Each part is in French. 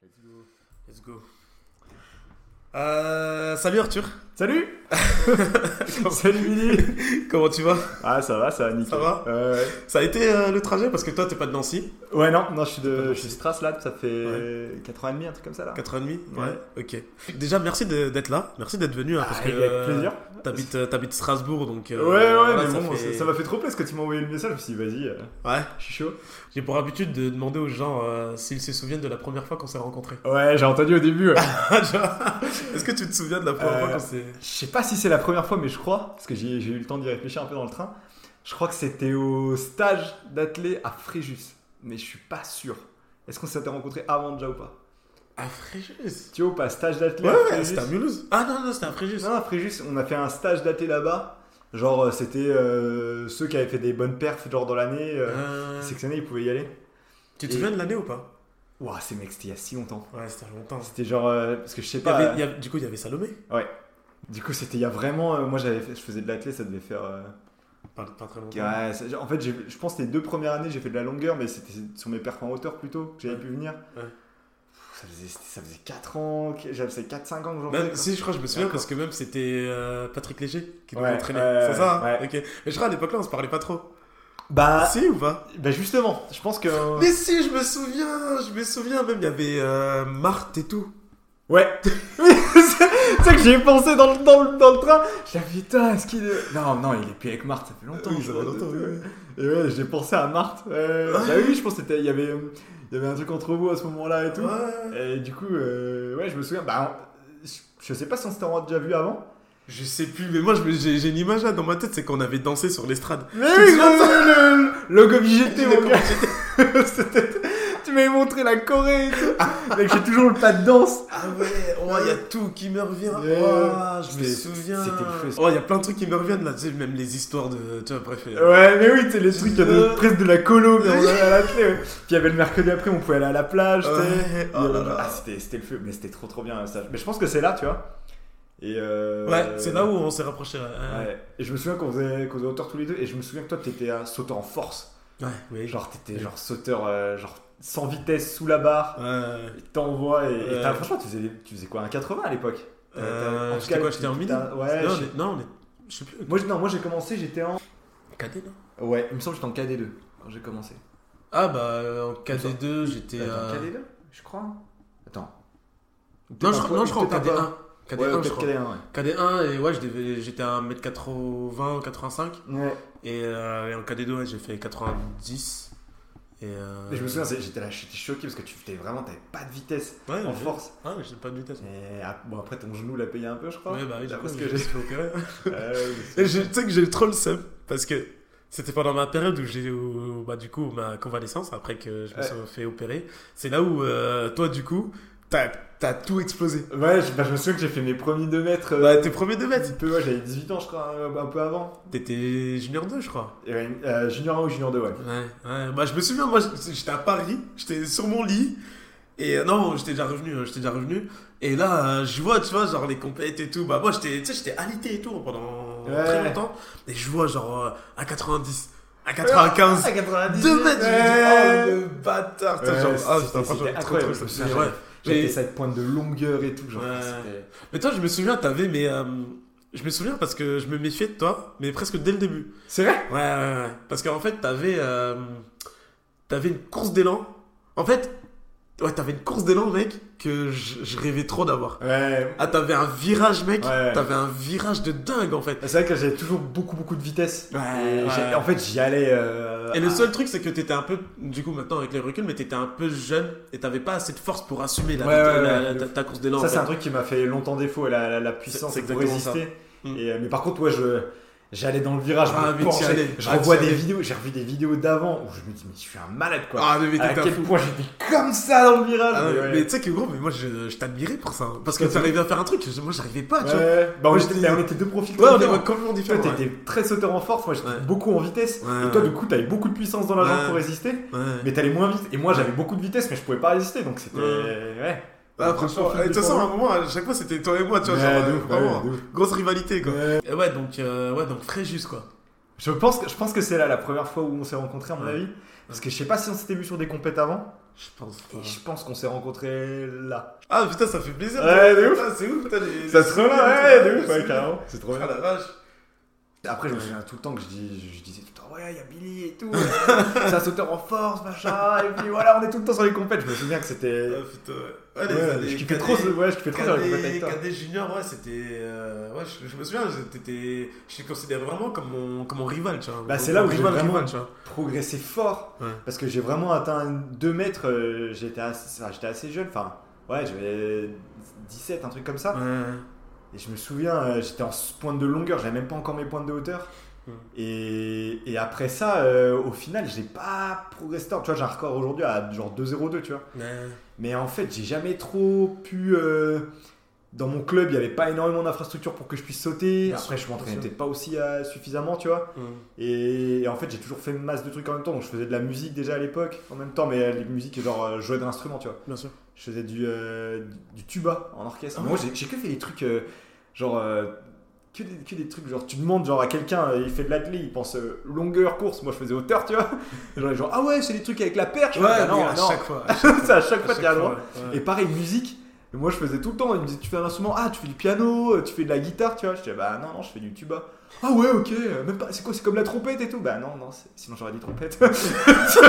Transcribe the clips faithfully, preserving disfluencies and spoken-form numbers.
Let's go. Let's go. Euh, salut Arthur. Salut. Salut Billy. Comment tu vas? Ah ça va, ça va nickel. Ça va euh, ouais. Ça a été euh, le trajet parce que toi t'es pas de Nancy. Ouais non, non je suis de, je suis de Stras là, ça fait Ouais. quatre ans et demi, un truc comme ça là. quatre ans et demi. Ouais. Ouais. Ok. Déjà merci de- d'être là, merci d'être venu hein, parce Ah, que avec plaisir. t'habites, euh, t'habites Strasbourg donc. euh, Ouais ouais, voilà, mais ça bon, fait- ça, ça m'a fait trop plaisir que tu m'as envoyé le message, je me suis dit vas-y, euh, Ouais. je suis chaud. J'ai pour habitude de demander aux gens euh, s'ils se souviennent de la première fois qu'on s'est rencontrés. Ouais, j'ai entendu au début. Ouais. Est-ce que tu te souviens de la première Euh, fois qu'on s'est. Je sais pas si c'est la première fois, mais je crois, parce que j'ai j'ai eu le temps d'y réfléchir un peu dans le train. Je crois que c'était au stage d'athlé à Fréjus, mais je suis pas sûr. Est-ce qu'on s'était rencontrés avant déjà ou pas? À Fréjus. Tu vois ou pas, stage d'athlé Ouais, à ouais, Fréjus. c'était à Mulhouse. Ah non, non, c'était à Fréjus. Non, à Fréjus, on a fait un stage d'athlé là-bas. Genre, euh, c'était euh, ceux qui avaient fait des bonnes perfs genre dans l'année. Euh, Euh, Sectionnés, ils pouvaient y aller. Tu te Et- souviens de l'année ou pas? Ouah, ces mecs, c'était il y a si longtemps. Ouais, c'était il y a longtemps. C'était genre, euh, parce que je sais Il y pas. avait- euh, il y avait- du coup, il y avait Salomé. Du coup, c'était il y a vraiment. euh, moi, j'avais fait, je faisais de l'athlé, ça devait faire. euh, Pas, pas très longtemps. ouais, ça- en fait, j'ai- je pense que les deux premières années, j'ai fait de la longueur, mais c'était sur mes perfs en hauteur plutôt que j'avais Ouais. pu venir. Ouais. Pff, Ça faisait, ça faisait quatre ans, que- j'avais fait quatre cinq ans que j'en Même, faisais. quoi. si, je crois que je me souviens D'accord. parce que même c'était euh, Patrick Léger qui nous Ouais, entraînait. ouais, c'est ça hein ouais. Ok. Mais je crois à l'époque là, on se parlait pas trop. Bah, Si ou pas? bah, justement, je pense que. Mais si, je me souviens, je me souviens même, il y avait euh, Marthe et tout. Ouais. C'est ça que j'y ai pensé dans le, dans le, dans le train. J'ai dit, putain, est-ce qu'il est. Non, non, il est plus avec Marthe, ça fait longtemps. Oui, ça fait longtemps, ouais. Et ouais, j'ai pensé à Marthe. Euh, bah oui, je pense qu'il y avait, il y avait un truc entre vous à ce moment-là et tout. Ouais. Et du coup, euh, ouais, je me souviens. Bah, on- je sais pas si on s'était déjà vu avant. Je sais plus, mais moi je me- j'ai j'ai une image là dans ma tête, c'est qu'on avait dansé sur l'estrade. Mais Tu te oui, souviens de ça le, le logo B G T, Le mon logo gars. C'était- Tu m'avais montré la Corée et tout. Mec, j'ai toujours le pas de danse. Ah ouais, oh, il y a tout qui me revient. Yeah. Oh, je me C'était- souviens. c'était le feu. Oh, il y a plein de trucs qui me reviennent là, tu sais, même les histoires de. Tu vois, bref. euh, Ouais, mais oui, tu sais, les trucs de, Euh. presque de la colo, mais on allait à la clé. Ouais. Puis il y avait le mercredi après, on pouvait aller à la plage, tu sais. Ouais, oh Il y avait- là là. Ah, c'était, c'était le feu, mais c'était trop trop bien un stage. Mais je pense que c'est là, tu vois. Et euh... Ouais, c'est là où on s'est rapprochés. Ouais, Ouais. Et je me souviens qu'on faisait, qu'on faisait hauteur tous les deux, et je me souviens que toi, t'étais un sauteur en force. ouais, oui. Genre, t'étais Ouais. genre sauteur, euh, genre sans vitesse sous la barre. Ouais. Et t'envoies, et, et Ouais. t'as- franchement, tu faisais, tu faisais quoi, un quatre-vingts à l'époque? T'as- Euh, t'as- en tout j'étais cas, quoi, tu- j'étais en midi? t'as- Ouais, non, je- on est- non, on est. Je sais plus. Moi, je- non, moi j'ai commencé, j'étais en. Cadet, non? Ouais, il me semble que j'étais en K D deux quand j'ai commencé. Ah bah, euh, en K D deux, j'étais. Attends, euh, K D deux, je crois. Attends. Non, je crois non, je crois en K D un. K D un, Ouais, je peut-être crois. K D un, ouais. K D un, et ouais, je devais- j'étais à un mètre quatre-vingts, quatre-vingt-cinq. Ouais. Et, euh, et en K D deux, ouais, j'ai fait quatre-vingt-dix. Et, euh... Et je me souviens, c'est- j'étais là, j'étais choqué parce que tu étais vraiment, t'avais pas de vitesse ouais, en j'ai- force. Ah, mais j'ai pas de vitesse. Et ah, bon, après ton genou l'a payé un peu, je crois. Ouais, bah oui, j'ai D'après ce ce que que j'ai. j'ai opéré. Euh, Et je- tu sais que j'ai trop le seum parce que c'était pendant ma période où j'ai eu bah, du coup ma convalescence après que je me Ouais. suis fait opérer. C'est là où euh, toi du coup t'as as tout explosé. Ouais, je, bah, je me souviens que j'ai fait mes premiers deux mètres. euh, Bah tes premiers deux un mètres. petit peu, ouais, j'avais dix-huit ans, je crois, un, un peu avant. T'étais junior deux je crois. Et, ouais, euh, junior un ou junior deux, ouais. Ouais, ouais. Bah je me souviens, moi j'étais à Paris, j'étais sur mon lit. Et euh, non, j'étais déjà revenu, hein, j'étais déjà revenu. Et là, euh, je vois, tu vois, genre les compètes et tout. Bah moi j'étais, tu sais, j'étais alité et tout pendant Ouais. très longtemps. Et je vois genre euh, à quatre-vingt-dix, à quatre-vingt-quinze. À quatre-vingt-dix. deux mètres, je me Ouais. dis, oh le bâtard, tu sais, Ouais, genre, ah, c'était- putain, franchement, c'était trop, incroyable, trop, je me ça. souviens, Ouais. J'avais Mais- cette pointe de longueur et tout, genre. Ouais. C'était... Mais toi, je me souviens, t'avais, mais euh, je me souviens parce que je me méfiais de toi, mais presque dès le début. C'est vrai? Ouais, ouais, ouais. Parce qu'en fait, t'avais, euh, t'avais une course d'élan. En fait, ouais, t'avais une course d'élan, mec, que je, je rêvais trop d'avoir. Ouais. Ah, t'avais un virage, mec. Ouais. T'avais un virage de dingue, en fait. C'est vrai que j'avais toujours beaucoup beaucoup de vitesse. Ouais, Et ouais. j'ai- En fait, j'y allais. euh, Et le à- seul truc, c'est que t'étais un peu, du coup, maintenant avec les reculs, mais t'étais un peu jeune et t'avais pas assez de force pour assumer la, Ouais, ouais, la- ouais. la- ta, ta course d'élan. Ça, en c'est fait. un truc qui m'a fait longtemps défaut, la, la, la puissance C'est- c'est pour exactement résister. Mm. Et, euh, mais par contre, ouais, je. J'allais dans le virage, je Ah, me mais penchais, t'y allais. je Ah, revois t'y des allais. vidéos, j'ai revu des vidéos d'avant où je me dis mais je suis un malade quoi. Ah, mais à t'étais un quel fou. point j'étais comme ça dans le virage. Ah, mais mais ouais. mais tu sais que gros, mais moi je, je t'admirais pour ça. hein. Parce que Parce que- t'arrivais à faire un truc, moi j'arrivais pas, tu vois. Ouais. Bah, on, Moi, était, j'étais- on était deux profils Ouais, on différents. est complètement Toi, différents. ouais. t'étais très sauteur en force, moi j'étais Ouais. beaucoup en vitesse. Ouais, Et toi, ouais. du coup, t'avais beaucoup de puissance dans la jambe Ouais. pour résister, Ouais. mais t'allais moins vite. Et moi, j'avais beaucoup de vitesse, mais je pouvais pas résister, donc c'était. Ouais. Ouais. Ah, franchement, Deux de toute façon, à un moment, à chaque fois c'était toi et moi, tu vois. Ouais, genre, de euh, ouf, vraiment, ouais, de ouf. grosse rivalité quoi. Ouais. Et ouais, donc, euh, ouais, donc Fréjus quoi. Je pense, que, je pense que c'est là la première fois où on s'est rencontrés, à mon Ouais. avis. Parce que je sais pas si on s'était vu sur des compètes avant. Je pense pas. Et je pense qu'on s'est rencontrés là. Ah putain, ça fait plaisir. Ouais, de ouf. Putain, c'est ouf, putain. Les... Ça se relâche, ouais, de ouf, c'est ouais, ouf. carrément. C'est trop Ah bien. la vache. Après, je me souviens tout le temps que je, dis, je disais tout le temps, ouais, il y a Billy et tout. C'est un sauteur en force, machin. Et puis voilà, on est tout le temps sur les compètes. Je me souviens que c'était. Ah putain, ouais. Ouais, les Ouais, années je kiffais cadets- trop, ce- ouais, je kiffais trop sur les compètes avec toi. Cadet junior, ouais, c'était. euh, Ouais, je, je me souviens, t'étais- je te considérais vraiment comme mon, comme mon rival, tu vois. Bah, Mon- c'est là mon où j'ai rival, vraiment- rival, tu vois. Progressé fort. Ouais. Parce que j'ai vraiment atteint deux mètres. euh, j'étais, assez, enfin, j'étais assez jeune. Enfin, ouais, j'avais dix-sept, un truc comme ça. Ouais. Et je me souviens, euh, j'étais en pointe de longueur, j'avais même pas encore mes pointes de hauteur. Mm. Et, et après ça, euh, au final, j'ai pas progressé tant. Tu vois, j'ai un record aujourd'hui à genre deux zéro deux, tu vois. Ouais. Mais en fait, j'ai jamais trop pu. euh, Dans mon club, il n'y avait pas énormément d'infrastructures pour que je puisse sauter. Bien Après, sûr, je m'entraînais bien sûr. peut-être pas aussi euh, suffisamment, tu vois. Mm. Et, et en fait, j'ai toujours fait une masse de trucs en même temps. Donc, je faisais de la musique déjà à l'époque, en même temps, mais les musiques, genre, euh, jouer de l'instrument, tu vois. Bien sûr. Je faisais du, euh, du, du tuba en orchestre. Ah Moi, ouais. j'ai, j'ai que fait des trucs, euh, genre. euh, que, des, que des trucs, genre, tu demandes genre, à quelqu'un, euh, il fait de l'athlé, il pense euh, longueur, course. Moi, je faisais hauteur, tu vois. Genre, genre, ah ouais, c'est des trucs avec la perche. Ouais, Bah, mais non, à non. chaque fois. C'est à chaque À fois, chaque tu as le fois, droit. ouais. Et pareil, musique. Moi, je faisais tout le temps. Il me disait, tu fais un instrument, ah, tu fais du piano, tu fais de la guitare, tu vois. Je disais, bah non, non, je fais du tuba. Ah ouais, ok. euh, Même pas, c'est quoi, c'est comme la trompette et tout. Bah non, non, c'est- sinon j'aurais dit trompette. c'est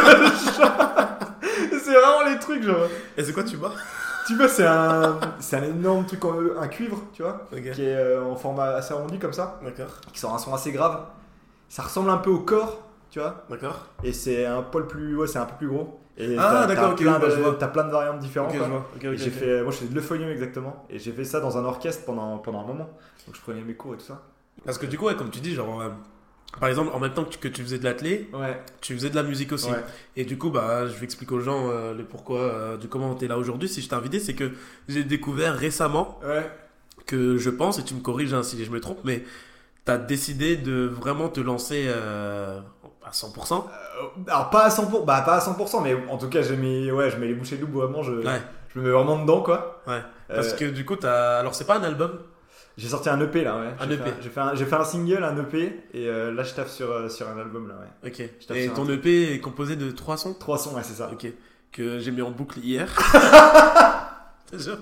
vraiment les trucs, genre. Et c'est quoi tu bats? Tuba, c'est un, c'est un énorme truc, en, un cuivre, tu vois, Ok. qui est euh, en format assez arrondi comme ça, D'accord. qui sort un son assez grave. Ça ressemble un peu au corps, tu vois. D'accord. Et c'est un poil plus, ouais, c'est un peu plus gros. Et Ah, t'as- d'accord, t'as ok, plein, bah, de- je vois. t'as plein de variantes différentes. Ok, quoi. je vois. Ok, Et ok. j'ai ok. fait, moi je faisais de l'euphonium exactement, et j'ai fait ça dans un orchestre pendant, pendant un moment. Donc je prenais mes cours et tout ça. Parce que du coup, ouais, comme tu dis, genre. euh, Par exemple, en même temps que tu, que tu faisais de l'athlé, Ouais. tu faisais de la musique aussi. Ouais. Et du coup, bah, je vais expliquer aux gens euh, le pourquoi euh, du comment tu es là aujourd'hui. Si je t'ai invité, c'est que j'ai découvert récemment Ouais. que je pense, et tu me corriges hein, si je me trompe, mais tu as décidé de vraiment te lancer euh, à cent pour cent. Euh, alors pas à cent pour cent, bah pas à cent pour cent, mais en tout cas j'ai mis, ouais, je mets les bouchées doubles vraiment, je, Ouais, je me mets vraiment dedans quoi. ouais. Parce Euh, que du coup, t'as... alors c'est pas un album. J'ai sorti un E P là, ouais. Un J'ai E P. fait J'ai fait, un- j'ai fait un single, un E P, et euh, là je taffe sur, euh, sur un album là, ouais. Ok. tape Et sur un ton truc. E P est composé de trois sons. Trois sons, ouais, c'est ça. Ok. Que j'ai mis en boucle hier. C'est sûr.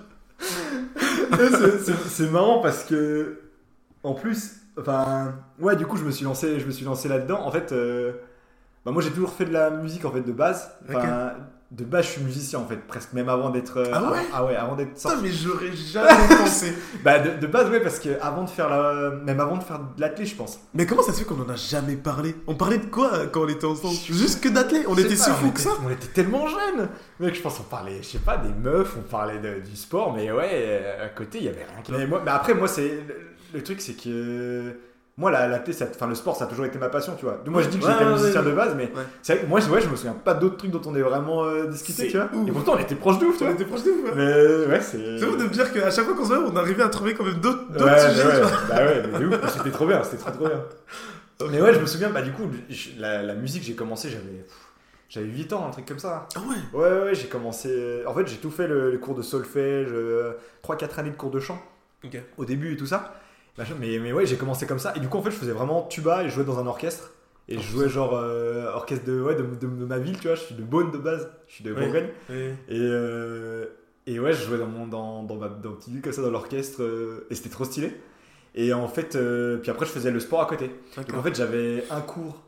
c'est, c'est- c'est marrant parce que, en plus, enfin, ouais, du coup je me suis lancé, je me suis lancé là-dedans. En fait, euh, bah, moi j'ai toujours fait de la musique en fait de base. Enfin, de base je suis musicien en fait, presque même avant d'être. euh, Ah ouais Ah ouais, avant d'être sorti. Putain, mais j'aurais jamais pensé. Bah de, de base ouais, parce que avant de faire la, même avant de faire de l'athlé, je pense. Mais comment ça se fait qu'on en a jamais parlé? On parlait de quoi euh, quand on était ensemble? Je- Juste que d'athlé. On Je était sais si pas, on fous que était- ça. On était tellement jeunes. Mec, je pense qu'on parlait, je sais pas, des meufs, on parlait de- du sport, mais ouais, euh, à côté, il y avait rien qui. Mais, moi, mais après, moi, c'est le, le truc, c'est que moi, la, la thé, ça- enfin, le sport, ça a toujours été ma passion, tu vois. Moi, je dis que Ouais, j'étais ouais, musicien ouais. de base, mais Ouais. c'est vrai que moi, je, ouais, je me souviens pas d'autres trucs dont on est vraiment euh, discuté, C'est tu vois. ouf. Et pourtant, on était proches de ouf, tu On vois. était proches de ouf. Mais ouais, c'est. C'est ouf de me dire qu'à chaque fois qu'on se voit, on arrivait à trouver quand même d'autres Ouais, d'autres bah sujets. ouais, tu vois. bah ouais, mais de ouf, c'était trop bien, c'était trop trop bien. Mais ouais, je me souviens, bah du coup, je- la, la musique, j'ai commencé, j'avais pff, j'avais huit ans, un truc comme ça. Ah ouais. Ouais, ouais, ouais, j'ai commencé. En fait, j'ai tout fait, le, les cours de solfège, trois quatre années de cours de chant Ok. au début et tout ça. Machin, Mais, mais ouais, j'ai commencé comme ça. Et du coup, en fait, je faisais vraiment tuba et je jouais dans un orchestre. Et je jouais genre euh, orchestre de, ouais, de, de, de ma ville, tu vois. Je suis de Beaune de base, je suis de Ouais. Bourgogne. Ouais. Et, euh, et ouais, je jouais dans mon dans, dans ma dans ma petite ville comme ça, dans l'orchestre. euh, et c'était trop stylé. Et en fait, euh, puis après, je faisais le sport à côté. Donc en D'accord. fait, j'avais un cours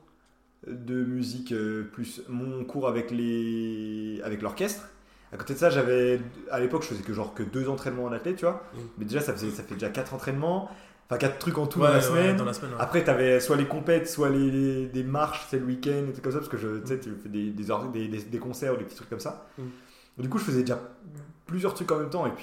de musique euh, plus mon cours avec les avec l'orchestre. À côté de ça, j'avais à l'époque, je faisais que genre que deux entraînements en athlète, tu vois. Mm. Mais déjà, ça faisait ça fait déjà quatre entraînements, enfin quatre trucs en tout Ouais, dans la ouais, semaine. dans la semaine. ouais. Après, t'avais soit les compètes, soit les, les- des marches, c'est le week-end, et tout comme ça, parce que je, tu sais, tu fais des, des, or- des, des, des concerts ou des petits trucs comme ça. Mm. Du coup, je faisais déjà plusieurs trucs en même temps, et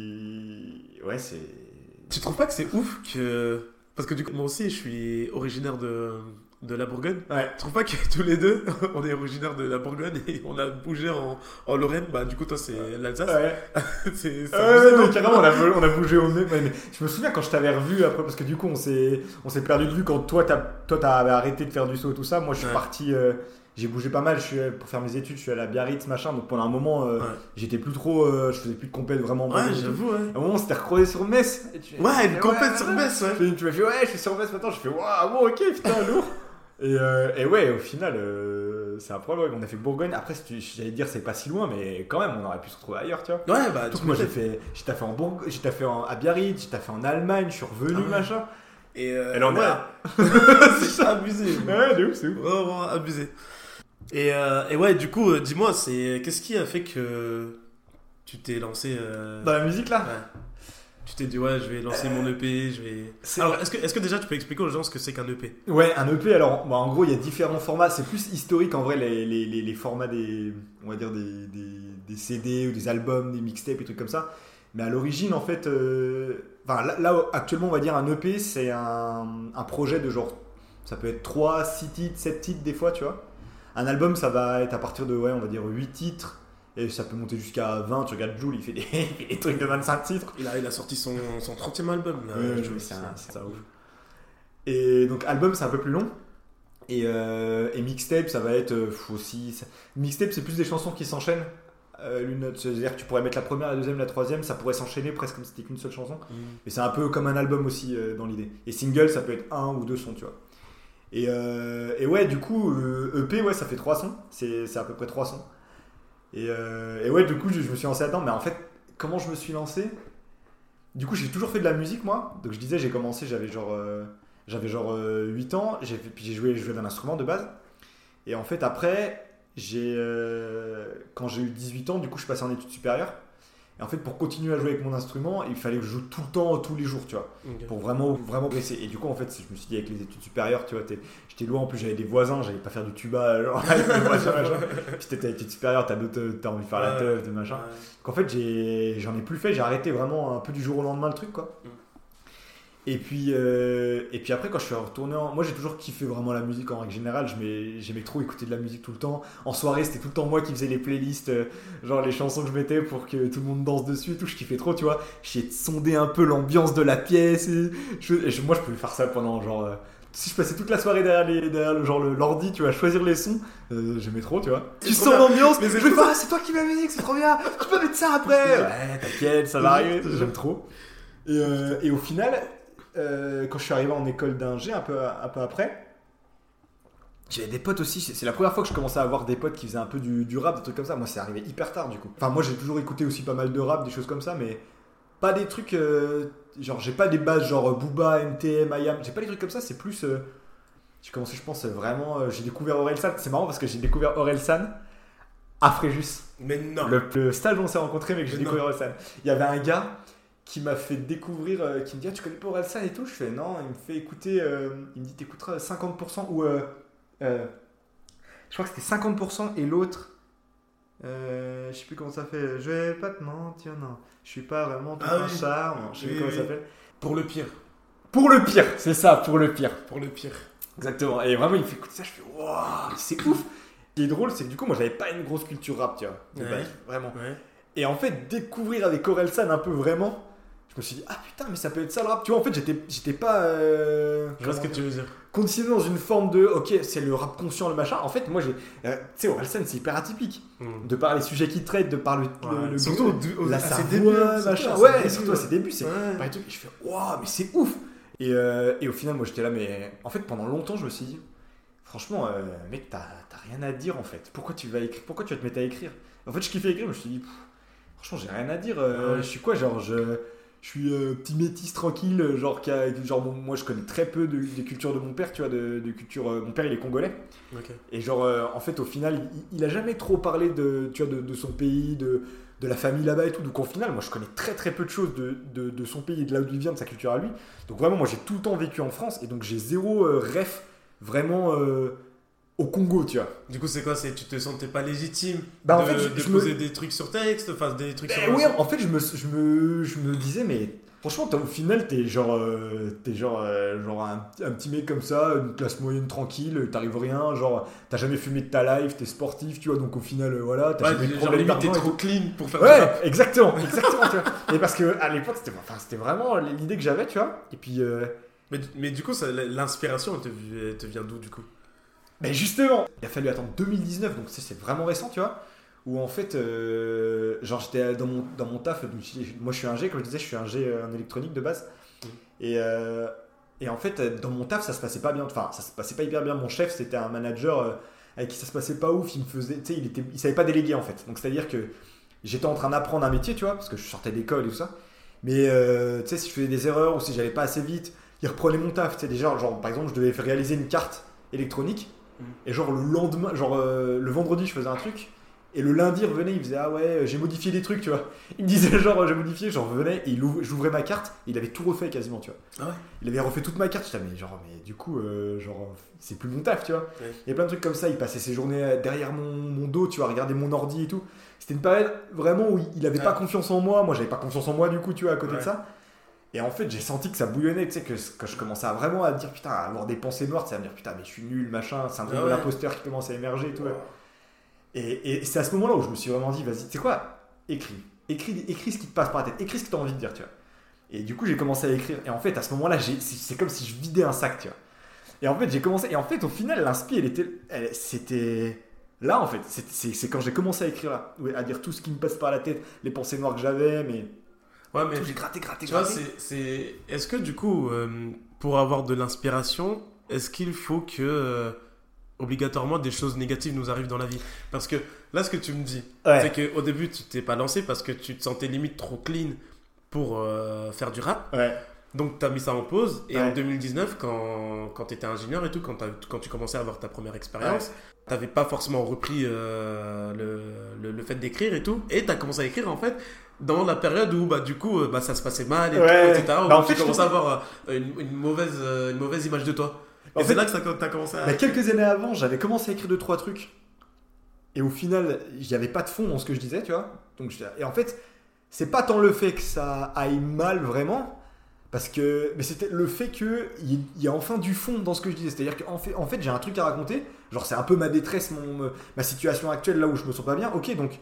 puis ouais, c'est. Tu trouves pas que c'est ouf que. Parce que du coup, moi aussi, je suis originaire de, de la Bourgogne. Ouais. Tu trouves pas que tous les deux, on est originaire de la Bourgogne et on a bougé en, en Lorraine? Bah, du coup, toi, c'est l'Alsace. Ouais. c'est c'est Ouais, abusé, ouais, non mais carrément, on a, on a bougé au même. Ouais, mais je me souviens quand je t'avais revu après, parce que du coup, on s'est, on s'est perdu de vue quand toi, t'as, toi, t'avais arrêté de faire du saut et tout ça. Moi, je suis Ouais. parti. euh, j'ai bougé pas mal. Je suis, pour faire mes études, je suis allé à Biarritz, machin. Donc pendant un moment, euh, Ouais. j'étais plus trop. euh, je faisais plus de compète vraiment. Ouais, bon, j'avoue, ouais. À un moment, on s'était recroisé sur Metz. Et tu- Ouais, tu une fais, compète ouais, sur ouais. Metz, ouais. Tu tu m'as fait, ouais, je suis sur Metz maintenant. Je fais, waouh, bon, ok, putain, lourd. Et, euh, et ouais, au final, euh, c'est un problème. Ouais, on a fait Bourgogne. Après, si tu- j'allais dire, c'est pas si loin, mais quand même, on aurait pu se retrouver ailleurs, tu vois. Ouais, bah, Surtout tu que moi, j'ai peux- fait, j'ai taffé en Bourgogne, j'ai taffé en, à Biarritz, j'ai taffé en Allemagne, je suis revenu, Ah ouais. machin. Et, euh, Et là, on est ouais. là. C'est abusé. Ouais, de ouf, c'est ouf. Vraiment, vraiment abusé. Et, euh, et ouais, du coup, euh, dis-moi, c'est qu'est-ce qui a fait que tu t'es lancé euh, Dans la musique, là. ouais. Tu t'es dit, ouais, je vais lancer mon E P, je vais. c'est- Alors, est-ce que, est-ce que déjà tu peux expliquer aux gens ce que c'est qu'un E P? Ouais, un E P, alors, bah, en gros, il y a différents formats. C'est plus historique, en vrai, les, les, les, les formats des, on va dire, des, des, des C D ou des albums, des mixtapes et trucs comme ça. Mais à l'origine, en fait, euh, enfin, là, là, actuellement, on va dire un E P, c'est un, un projet de genre, ça peut être trois, six titres, sept titres des fois, tu vois. Un album, ça va être à partir de, ouais, on va dire huit titres. Et ça peut monter jusqu'à vingt. Tu regardes Jul, il fait des, il fait des trucs de vingt-cinq titres. Il a, il a sorti son, son trentième album. Là, Ouais, je- ouais, c'est un- c'est un ouf. Et donc album c'est un peu plus long. Et, euh, et mixtape ça va être euh, aussi. ça- Mixtape c'est plus des chansons qui s'enchaînent euh, l'une autre. C'est-à-dire que tu pourrais mettre la première, la deuxième, la troisième, ça pourrait s'enchaîner presque comme si c'était qu'une seule chanson. Mm. Mais c'est un peu comme un album aussi euh, dans l'idée. Et single ça peut être un ou deux sons, tu vois. Et, euh, et ouais, du coup, euh, E P, ouais, ça fait trois sons. C'est c'est à peu près trois sons. Et, euh, et ouais, du coup, je, je me suis lancé là-dedans. Mais en fait, comment je me suis lancé? Du coup, j'ai toujours fait de la musique, moi. Donc, je disais, j'ai commencé, j'avais genre, euh, j'avais genre euh, huit ans. J'ai fait- puis j'ai joué, joué d'un instrument de base. Et en fait, après, j'ai, euh, quand j'ai eu dix-huit ans, du coup, je suis passé en études supérieures. Et en fait, pour continuer à jouer avec mon instrument, il fallait que je joue tout le temps, tous les jours, tu vois. Ok. Pour vraiment, vraiment progresser. Et du coup, en fait, je me suis dit, avec les études supérieures, tu vois, t'es- j'étais loin. En plus, j'avais des voisins, j'allais pas faire du tuba, genre, avec mes voisins, machin. Puis t'étais à études supérieures, t'as, d'autres- t'as envie de faire la Ouais. teuf, de machin. Ouais. Qu'en fait, j'ai, j'en ai plus fait, j'ai arrêté vraiment un peu du jour au lendemain le truc, quoi. Mm. Et puis, euh, et puis après, quand je suis retourné en... Moi, j'ai toujours kiffé vraiment la musique en règle générale. Je m'ai- j'aimais trop écouter de la musique tout le temps. En soirée, c'était tout le temps moi qui faisais les playlists, euh, genre les chansons que je mettais pour que tout le monde danse dessus et tout. Je kiffais trop, tu vois. J'ai sondé un peu l'ambiance de la pièce. Et je- et je- moi, je pouvais faire ça pendant genre... euh, si je passais toute la soirée derrière, les, derrière le, genre, le- l'ordi, tu vois, choisir les sons, euh, j'aimais trop, tu vois. C'est Tu trop sens bien. l'ambiance, Mais mais c'est je me trop fais, ah, c'est toi qui mets la musique, c'est trop bien, tu peux mettre ça après. Ouais, t'inquiète, ça va arriver, j'aime trop. Et, euh, et au final, euh, quand je suis arrivé en école d'ingé, un peu, un peu après, j'avais des potes aussi. C'est c'est la première fois que je commençais à avoir des potes qui faisaient un peu du, du rap, des trucs comme ça. Moi, c'est arrivé hyper tard du coup. Enfin, moi, j'ai toujours écouté aussi pas mal de rap, des choses comme ça, mais pas des trucs. euh, genre, j'ai pas des bases genre Booba, N T M, I A M. J'ai pas des trucs comme ça, c'est plus. euh, j'ai commencé, je pense, vraiment. euh, j'ai découvert Orelsan. C'est marrant parce que j'ai découvert Orelsan à Fréjus. Mais non. Le, le stage où on s'est rencontrés, mais que j'ai Mais découvert Orelsan. Il y avait un gars qui m'a fait découvrir, euh, qui me dit ah, tu connais pas Orelsan et tout. Je fais non, il me fait écouter, euh, il me dit t'écouteras cinquante pour cent ou euh, euh, je crois que c'était cinquante pour cent et l'autre, euh, je sais plus comment ça fait. Je vais pas te mentir, non, je suis pas vraiment tout Ah un oui. charme. Je sais Oui, plus comment oui. ça s'appelle. Pour le pire. Pour le pire, c'est ça, pour le pire. Pour le pire. Exactement. Et vraiment, il me fait écouter ça, je fais waouh, c'est ouf. Ce qui est drôle, c'est que du coup, moi, j'avais pas une grosse culture rap, tu vois, de Ouais. base, vraiment. Ouais. Et en fait, découvrir avec Orelsan un peu vraiment, je me suis dit, ah putain, mais ça peut être ça le rap. Tu vois, en fait, j'étais, j'étais pas euh, Je vois ce que comment tu veux dire. conditionné dans une forme de, ok, c'est le rap conscient, le machin. En fait, moi, j'ai. euh, tu sais, Orelsan, c'est hyper atypique. Mm. De par les sujets qu'il traite, de par le. le, Ouais. le Surtout gros- au- au- la à ses sa débuts, voix, surtout machin. à ses Ouais, débuts, surtout à ses débuts, c'est. Ouais. par les trucs, et je fais, waouh, mais c'est ouf. Et, euh, et au final, moi, j'étais là, mais en fait, pendant longtemps, je me suis dit, franchement, euh, mec, t'as, t'as rien à dire en fait. Pourquoi tu vas écrire Pourquoi tu vas te mettre à écrire? En fait, je kiffais écrire, mais je me suis dit, pff, franchement, j'ai rien à dire. euh, Ouais. Je suis quoi, genre, je, je suis euh, petit métis tranquille, genre, qui a- genre, mon- moi, je connais très peu de, des cultures de mon père, tu vois, de, de culture. euh, mon père, il est congolais. Ok. Et genre, euh, en fait, au final, il, il a jamais trop parlé de, tu vois, de, de son pays, de, de la famille là-bas et tout. Donc, au final, moi, je connais très très peu de choses de, de, de son pays et de là où il vient, de sa culture à lui. Donc, vraiment, moi, j'ai tout le temps vécu en France et donc j'ai zéro euh, ref vraiment euh, au Congo, tu vois. Du coup, c'est quoi? C'est tu te sentais pas légitime Bah, en de, fait, je- de je me- poser des trucs sur texte, enfin des trucs Ben sur. oui, en fait, je me, je me, je me disais, mais franchement, t'as- au final, t'es genre, euh, t'es genre, euh, genre un, un petit mec comme ça, une classe moyenne tranquille, t'arrives rien, genre, t'as jamais fumé de ta life, t'es sportif, tu vois, donc au final, euh, voilà, t'as Ouais, jamais de genre problème limite t'es d'argent et trop tout. clean pour faire du Ouais, rap. exactement, exactement, tu vois. Et parce que à l'époque, c'était, enfin, c'était vraiment l'idée que j'avais, tu vois. Et puis, euh, Mais, mais du coup, ça- l'inspiration, elle te, elle te vient d'où du coup? mais justement, il a fallu attendre deux mille dix-neuf, donc c'est c'est vraiment récent, tu vois. Où en fait, euh, genre j'étais dans mon, dans mon taf, donc, moi je suis ingé, comme je disais, je suis ingé en électronique de base. Mm. Et, euh, et en fait, dans mon taf, ça se passait pas bien, enfin, ça se passait pas hyper bien. Mon chef, c'était un manager, euh, avec qui ça se passait pas ouf, il me faisait, tu sais, il était, il savait pas déléguer en fait. Donc c'est à dire que j'étais en train d'apprendre un métier, tu vois, parce que je sortais d'école et tout ça. Mais euh, tu sais, si je faisais des erreurs ou si j'allais pas assez vite, il reprenait mon taf. Tu sais, déjà, genre par exemple, je devais faire réaliser une carte électronique mmh. et genre le lendemain, genre euh, le vendredi, je faisais un truc. Et le lundi, il revenait, il faisait ah ouais, j'ai modifié des trucs, tu vois. Il me disait genre j'ai modifié, j'en revenais et il ouvre, j'ouvrais ma carte, il avait tout refait quasiment, tu vois. Ah ouais. Il avait refait toute ma carte, je disais mais genre mais du coup euh, genre c'est plus mon taf, tu vois. Ouais. Il y a plein de trucs comme ça, il passait ses journées derrière mon, mon dos, tu vois, regarder mon ordi et tout. C'était une période vraiment où il avait ouais. pas confiance en moi, moi j'avais pas confiance en moi du coup, tu vois, à côté ouais. de ça. Et en fait, j'ai senti que ça bouillonnait, tu sais, que quand je commençais à vraiment à dire putain, à avoir des pensées noires, à me dire putain, mais je suis nul, machin, syndrome ah ouais. de l'imposteur qui commence à émerger et tout. Ouais. Et, et c'est à ce moment-là où je me suis vraiment dit, vas-y, tu sais quoi, écris. écris. Écris ce qui te passe par la tête, écris ce que tu as envie de dire, tu vois. Et du coup, j'ai commencé à écrire. Et en fait, à ce moment-là, j'ai, c'est, c'est comme si je vidais un sac, tu vois. Et en fait, j'ai commencé. Et en fait, au final, l'inspi, elle était. Elle, c'était. Là, en fait, c'est, c'est, c'est quand j'ai commencé à écrire là, à dire tout ce qui me passe par la tête, les pensées noires que j'avais, mais. Ouais, mais. J'ai gratté, gratté, tu gratté. vois, c'est, c'est... Est-ce que du coup, euh, pour avoir de l'inspiration, est-ce qu'il faut que. Euh... obligatoirement des choses négatives nous arrivent dans la vie? Parce que là, ce que tu me dis, ouais. c'est qu'au début, tu t'es pas lancé parce que tu te sentais limite trop clean pour euh, faire du rap. Ouais. Donc, tu as mis ça en pause. Et ouais. en deux mille dix-neuf, quand, quand tu étais ingénieur et tout, quand, quand tu commençais à avoir ta première expérience, ouais. tu n'avais pas forcément repris euh, le, le, le fait d'écrire et tout. Et tu as commencé à écrire, en fait, dans la période où bah, du coup, bah, ça se passait mal et ouais. tout, et cetera. Où bah, tu commençais à avoir une, une, mauvaise, une mauvaise image de toi. Et en c'est fait, là que ça a commencé à... Bah, quelques années avant, j'avais commencé à écrire deux trois trucs. Et au final, il n'y avait pas de fond dans ce que je disais, tu vois. Donc, je... Et en fait, c'est pas tant le fait que ça aille mal vraiment, parce que... Mais c'était le fait qu'il y, y a enfin du fond dans ce que je disais. C'est-à-dire qu'en fait, en fait, j'ai un truc à raconter. Genre, c'est un peu ma détresse, mon, ma situation actuelle, là où je me sens pas bien. Ok, donc,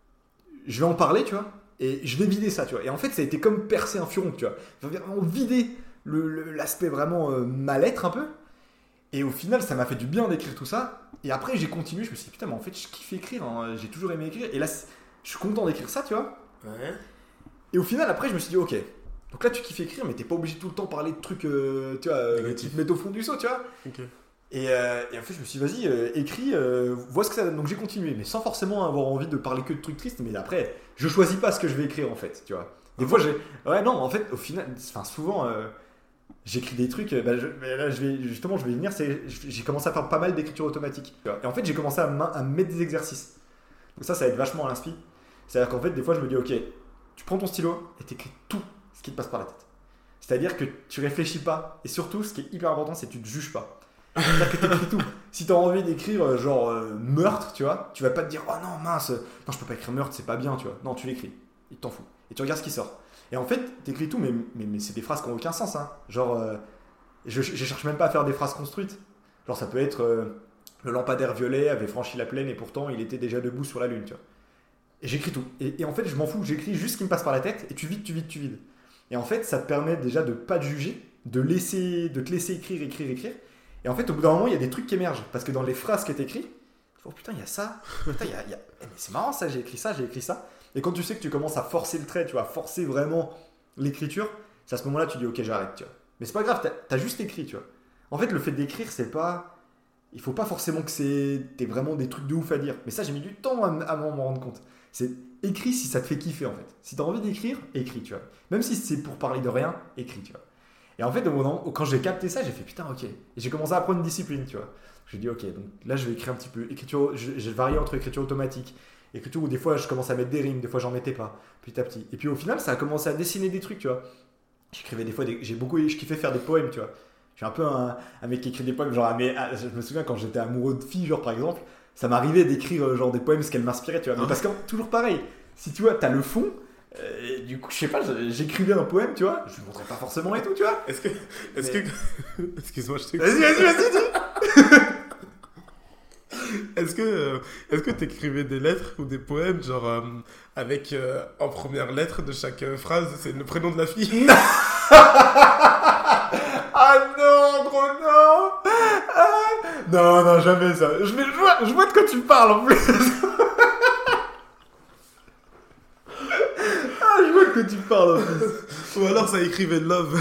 je vais en parler, tu vois. Et je vais vider ça, tu vois. Et en fait, ça a été comme percer un furon, tu vois. Vraiment vider le, le, l'aspect vraiment euh, mal-être un peu. Et au final, ça m'a fait du bien d'écrire tout ça. Et après, j'ai continué. Je me suis dit, putain, mais en fait, je kiffe écrire. Hein. J'ai toujours aimé écrire. Et là, je suis content d'écrire ça, tu vois. Ouais. Et au final, après, je me suis dit, ok. Donc là, tu kiffes écrire, mais t'es pas obligé tout le temps de parler de trucs, euh, tu vois, euh, qui te mettent au fond du seau, tu vois. Okay. Et, euh, et en fait, je me suis dit, vas-y, euh, écris, euh, vois ce que ça donne. Donc j'ai continué, mais sans forcément avoir envie de parler que de trucs tristes. Mais après, je choisis pas ce que je vais écrire, en fait, tu vois. Des fois, j'ai. Ouais, non, en fait, au final, enfin, souvent. Euh, J'écris des trucs, bah je, bah là je vais, justement je vais y venir, c'est, j'ai commencé à faire pas mal d'écriture automatique. Et en fait j'ai commencé à, à mettre des exercices. Donc ça, ça aide vachement à l'inspi. C'est-à-dire qu'en fait des fois je me dis ok, tu prends ton stylo et t'écris tout ce qui te passe par la tête. C'est-à-dire que tu réfléchis pas. Et surtout ce qui est hyper important c'est que tu te juges pas. C'est-à-dire que t'écris tout. Si t'as envie d'écrire genre euh, meurtre, tu vois, tu vas pas te dire oh non mince, non je peux pas écrire meurtre, c'est pas bien, tu vois. Non, tu l'écris, il t'en fout. Et tu regardes ce qui sort. Et en fait, t'écris tout, mais, mais, mais c'est des phrases qui n'ont aucun sens. Hein. Genre, euh, je, je cherche même pas à faire des phrases construites. Genre, ça peut être euh, le lampadaire violet avait franchi la plaine et pourtant il était déjà debout sur la lune, tu vois. Et j'écris tout. Et, et en fait, je m'en fous, j'écris juste ce qui me passe par la tête et tu vides, tu vides, tu vides. Et en fait, ça te permet déjà de pas te juger, de, laisser, de te laisser écrire, écrire, écrire. Et en fait, au bout d'un moment, il y a des trucs qui émergent. Parce que dans les phrases que t'écris, oh putain, il y a ça. Putain, il y a, il y a... Eh, mais c'est marrant ça, j'ai écrit ça, j'ai écrit ça. Et quand tu sais que tu commences à forcer le trait, tu vas forcer vraiment l'écriture, c'est à ce moment-là que tu dis ok, j'arrête, tu vois. Mais c'est pas grave, t'as, t'as juste écrit, tu vois. En fait, le fait d'écrire, c'est pas... Il faut pas forcément que c'est... t'aies vraiment des trucs de ouf à dire. Mais ça, j'ai mis du temps à, à m'en rendre compte. C'est écrit si ça te fait kiffer, en fait. Si t'as envie d'écrire, écris, tu vois. Même si c'est pour parler de rien, écris, tu vois. Et en fait, au moment, quand j'ai capté ça, j'ai fait putain, ok. Et j'ai commencé à apprendre une discipline, tu vois. J'ai dit ok, donc là, je vais écrire un petit peu. Écriture, j'ai varié entre écriture automatique, écriture où des fois je commence à mettre des rimes, des fois j'en mettais pas, petit à petit. Et puis au final, ça a commencé à dessiner des trucs, tu vois. J'écrivais des fois, des, j'ai beaucoup, je kiffais faire des poèmes, tu vois. Je suis un peu un, un mec qui écrit des poèmes, genre, mais, je me souviens quand j'étais amoureux de filles, genre par exemple, ça m'arrivait d'écrire genre des poèmes, ce qu'elles m'inspiraient, tu vois. Mais parce que toujours pareil, si tu vois, t'as le fond, euh, du coup, je sais pas, j'écrivais un poème, tu vois, je le montrais pas forcément et tout, tu vois. Est-ce que, est-ce mais... que, excuse-moi, je t'ai. Vas-y, vas-y, vas-y, dis. Est-ce que euh, est-ce que t'écrivais des lettres ou des poèmes genre euh, avec euh, en première lettre de chaque euh, phrase c'est le prénom de la fille? Ah non, gros non. Ah, non non jamais ça. Je, vais, je, vois, je vois de quoi tu parles en plus. Ah je vois de quoi tu parles en plus. Ou alors ça écrivait love.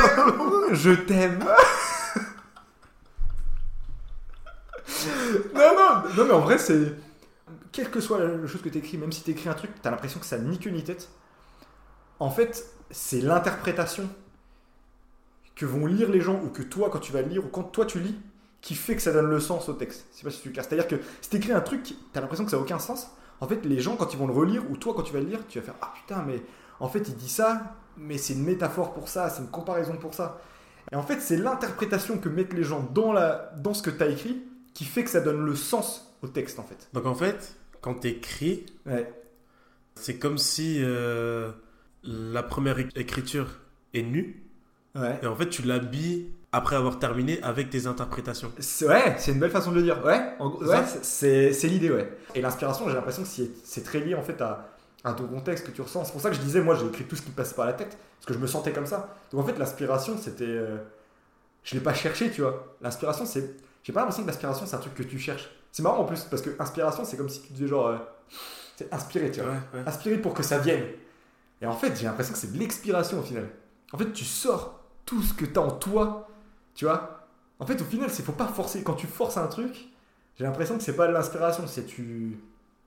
Ouais, je t'aime. Non Non, mais en vrai, c'est. Quelle que soit la chose que tu écris, même si tu écris un truc, tu as l'impression que ça n'a ni queue ni tête. En fait, c'est l'interprétation que vont lire les gens, ou que toi, quand tu vas lire, ou quand toi tu lis, qui fait que ça donne le sens au texte. Je sais pas si tu clair. C'est-à-dire que si tu écris un truc, tu as l'impression que ça n'a aucun sens. En fait, les gens, quand ils vont le relire, ou toi, quand tu vas le lire, tu vas faire ah putain, mais en fait, il dit ça, mais c'est une métaphore pour ça, c'est une comparaison pour ça. Et en fait, c'est l'interprétation que mettent les gens dans, la, dans ce que tu as écrit qui fait que ça donne le sens au texte, en fait. Donc, en fait, quand tu écris, ouais. c'est comme si euh, la première écriture est nue. Ouais. Et en fait, tu l'habilles après avoir terminé avec tes interprétations. C'est, ouais, c'est une belle façon de le dire. Ouais, en, ouais c'est, c'est, c'est l'idée, ouais. Et l'inspiration, j'ai l'impression que c'est, c'est très lié en fait à, à ton contexte que tu ressens. C'est pour ça que je disais, moi, j'ai écrit tout ce qui me passe par la tête, parce que je me sentais comme ça. Donc en fait, l'inspiration, c'était, euh, je l'ai pas cherché, tu vois. L'inspiration, c'est, j'ai pas l'impression que l'inspiration, c'est un truc que tu cherches. C'est marrant en plus, parce que inspiration, c'est comme si tu disais genre, euh, c'est inspiré, tu vois. Ouais, ouais. Inspiré pour que ça vienne. Et en fait, j'ai l'impression que c'est de l'expiration au final. En fait, tu sors tout ce que tu as en toi, tu vois. En fait, au final, il faut pas forcer. Quand tu forces un truc, j'ai l'impression que c'est pas de l'inspiration, c'est tu...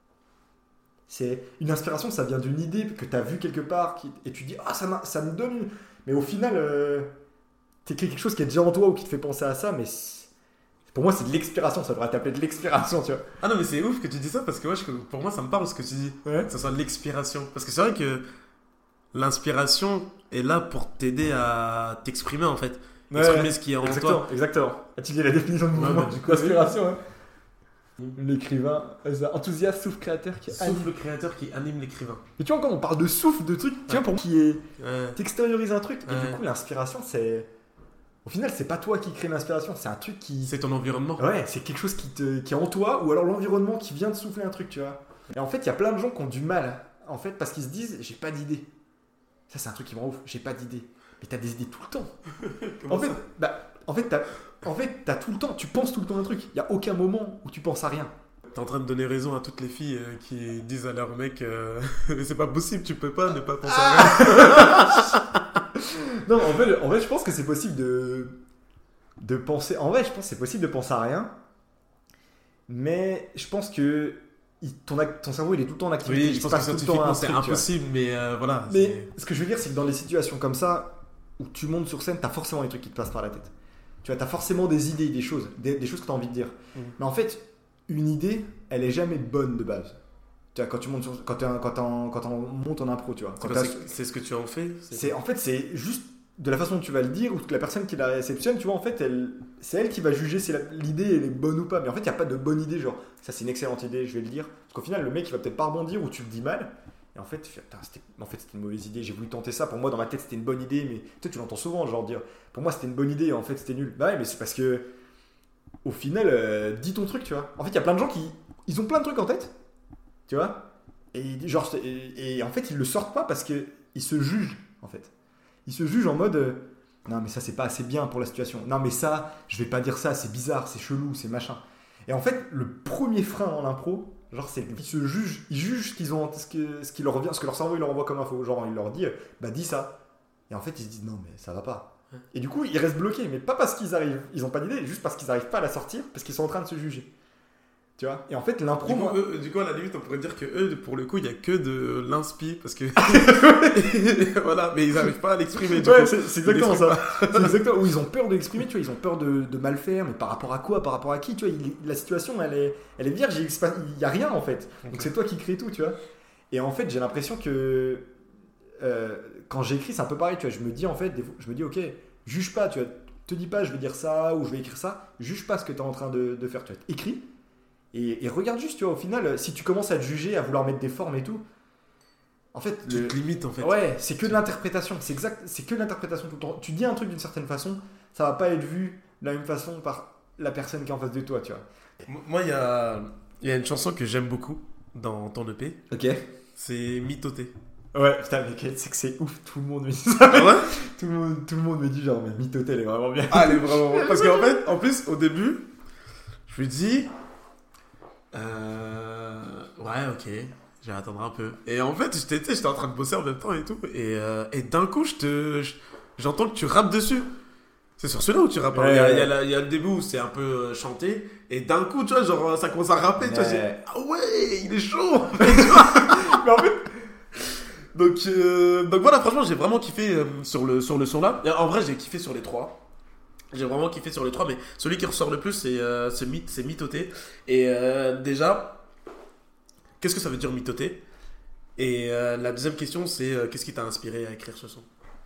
C'est une inspiration, ça vient d'une idée que tu as vue quelque part, qui... et tu dis « Ah, ça, ça me donne... » Mais au final, euh... tu écris quelque chose qui est déjà en toi ou qui te fait penser à ça, mais pour moi, c'est de l'expiration, ça devrait t'appeler de l'expiration, tu vois. Ah non, mais c'est ouf que tu dis ça, parce que ouais, je... pour moi, ça me parle ce que tu dis, ouais. que ça soit de l'expiration. Parce que c'est vrai que l'inspiration est là pour t'aider à t'exprimer, en fait. Exprimer ouais, ce qui est en exactement, toi. Exactement. As-tu dit la définition de mouvement, ouais, du coup, l'inspiration, hein. L'écrivain, enthousiaste, souffle créateur qui anime. Souffle créateur qui anime l'écrivain. Et tu vois, quand on parle de souffle, de trucs, tu vois, pour moi, qui est. Ouais. T'extériorises un truc, et ouais. du coup, l'inspiration, c'est. Au final, c'est pas toi qui crée l'inspiration, c'est un truc qui. C'est ton environnement. Ouais, c'est quelque chose qui, te... qui est en toi, ou alors l'environnement qui vient de souffler un truc, tu vois. Et en fait, il y a plein de gens qui ont du mal, en fait, parce qu'ils se disent, j'ai pas d'idée. Ça, c'est un truc qui me rend ouf, j'ai pas d'idée. Mais t'as des idées tout le temps. en, fait, bah, en fait, t'as, en fait, t'as tout le temps, tu penses tout le temps à un truc. Il n'y a aucun moment où tu penses à rien. T'es en train de donner raison à toutes les filles euh, qui disent à leur mec euh, c'est pas possible, tu peux pas ne pas penser à rien. Non, en fait, en fait, je pense que c'est possible de, de penser. En vrai, je pense que c'est possible de penser à rien. Mais je pense que il, ton, ton cerveau, il est tout le temps en activité. Oui, je pense que scientifiquement, c'est impossible, mais euh, voilà. Mais c'est... ce que je veux dire, c'est que dans des situations comme ça, où tu montes sur scène, t'as forcément des trucs qui te passent par la tête. Tu vois, t'as forcément des idées, des choses, des, des choses que t'as envie de dire. Mmh. Mais en fait, une idée, elle est jamais bonne de base. Tu vois, quand tu montes sur, quand t'es, quand t'es, quand t'es monte en impro, tu vois. C'est, c'est, c'est ce que tu en fais. C'est, c'est en fait, c'est juste de la façon dont tu vas le dire ou que la personne qui la réceptionne, tu vois, en fait, elle, c'est elle qui va juger si la, l'idée elle est bonne ou pas. Mais en fait, il y a pas de bonne idée, genre ça c'est une excellente idée, je vais le dire. Parce qu'au final, le mec il va peut-être pas rebondir ou tu le dis mal. Et en fait, c'était, en fait, c'était une mauvaise idée. J'ai voulu tenter ça. Pour moi, dans ma tête, c'était une bonne idée, mais tu sais, tu l'entends souvent, genre dire, pour moi, c'était une bonne idée. Et en fait, c'était nul. Bah ouais, mais c'est parce que, au final, euh, dis ton truc, tu vois. En fait, il y a plein de gens qui, ils ont plein de trucs en tête, tu vois. Et genre, et, et en fait, ils le sortent pas parce que ils se jugent, en fait. Ils se jugent en mode, euh, non, mais ça, c'est pas assez bien pour la situation. Non, mais ça, je vais pas dire ça. C'est bizarre, c'est chelou, c'est machin. Et en fait, le premier frein en impro. Genre, c'est qu'ils se jugent, ils jugent ce, qu'ils ont, ce, que, ce qui leur revient, ce que leur cerveau il leur envoie comme info. Genre, il leur dit, bah dis ça. Et en fait, ils se disent, non, mais ça va pas. Ouais. Et du coup, ils restent bloqués, mais pas parce qu'ils arrivent, ils ont pas d'idée, juste parce qu'ils arrivent pas à la sortir, parce qu'ils sont en train de se juger. Tu vois. Et en fait, l'impro. Du coup, moi... eux, du coup, à la limite, on pourrait dire que eux, pour le coup, il y a que de l'inspi, parce que. Voilà, mais ils n'arrivent pas à l'exprimer. Du ouais, coup, c'est, c'est exactement ça. C'est exactement où ils ont peur de l'exprimer, tu vois, ils ont peur de, de mal faire, mais par rapport à quoi, par rapport à qui, tu vois, il, la situation, elle est, elle est vierge, il n'y a rien en fait. Okay. Donc c'est toi qui crée tout, tu vois. Et en fait, j'ai l'impression que euh, quand j'écris, c'est un peu pareil, tu vois. Je me dis en fait, je me dis, ok, juge pas, tu vois, te dis pas, je vais dire ça ou je vais écrire ça, juge pas ce que tu es en train de, de faire, tu vois. Écris. Et, et regarde juste, tu vois, au final, si tu commences à te juger, à vouloir mettre des formes et tout, en fait, tu le... te limites en fait. Ouais, c'est que de l'interprétation. C'est exact, c'est que de l'interprétation tout le temps. Tu dis un truc d'une certaine façon, ça va pas être vu de la même façon par la personne qui est en face de toi, tu vois. Moi, il y a, il y a une chanson que j'aime beaucoup dans ton E P. Ok. C'est Mythoté. Ouais, putain, mais c'est que c'est ouf, tout le monde me dit ça. Ah ouais tout, le monde, tout le monde me dit genre, mais Mythoté, elle est vraiment bien. Ah, elle est vraiment bien. Parce qu'en fait, en plus, au début, je lui dis. Euh... Ouais, ok, je vais attendre un peu. Et en fait, j'étais, j'étais en train de bosser en même temps et tout. Et, euh, et d'un coup, je te, je, j'entends que tu rappes dessus. C'est sur celui-là où tu rappes. Ouais, il, y a, ouais. il, y a la- il y a le début où c'est un peu euh, chanté, et d'un coup, tu vois, genre, ça commence à rapper, tu vois, Ouais. j'ai, ah ouais, il est chaud. Tu vois. Mais en fait, donc, euh, donc voilà, franchement, j'ai vraiment kiffé euh, sur, le, sur le son là. Et en vrai, j'ai kiffé sur les trois. J'ai vraiment kiffé sur les trois, mais celui qui ressort le plus, c'est euh, c'est mythe, c'est Mythoté. Et euh, déjà, qu'est-ce que ça veut dire mythoté? Et euh, la deuxième question, c'est euh, qu'est-ce qui t'a inspiré à écrire ce son?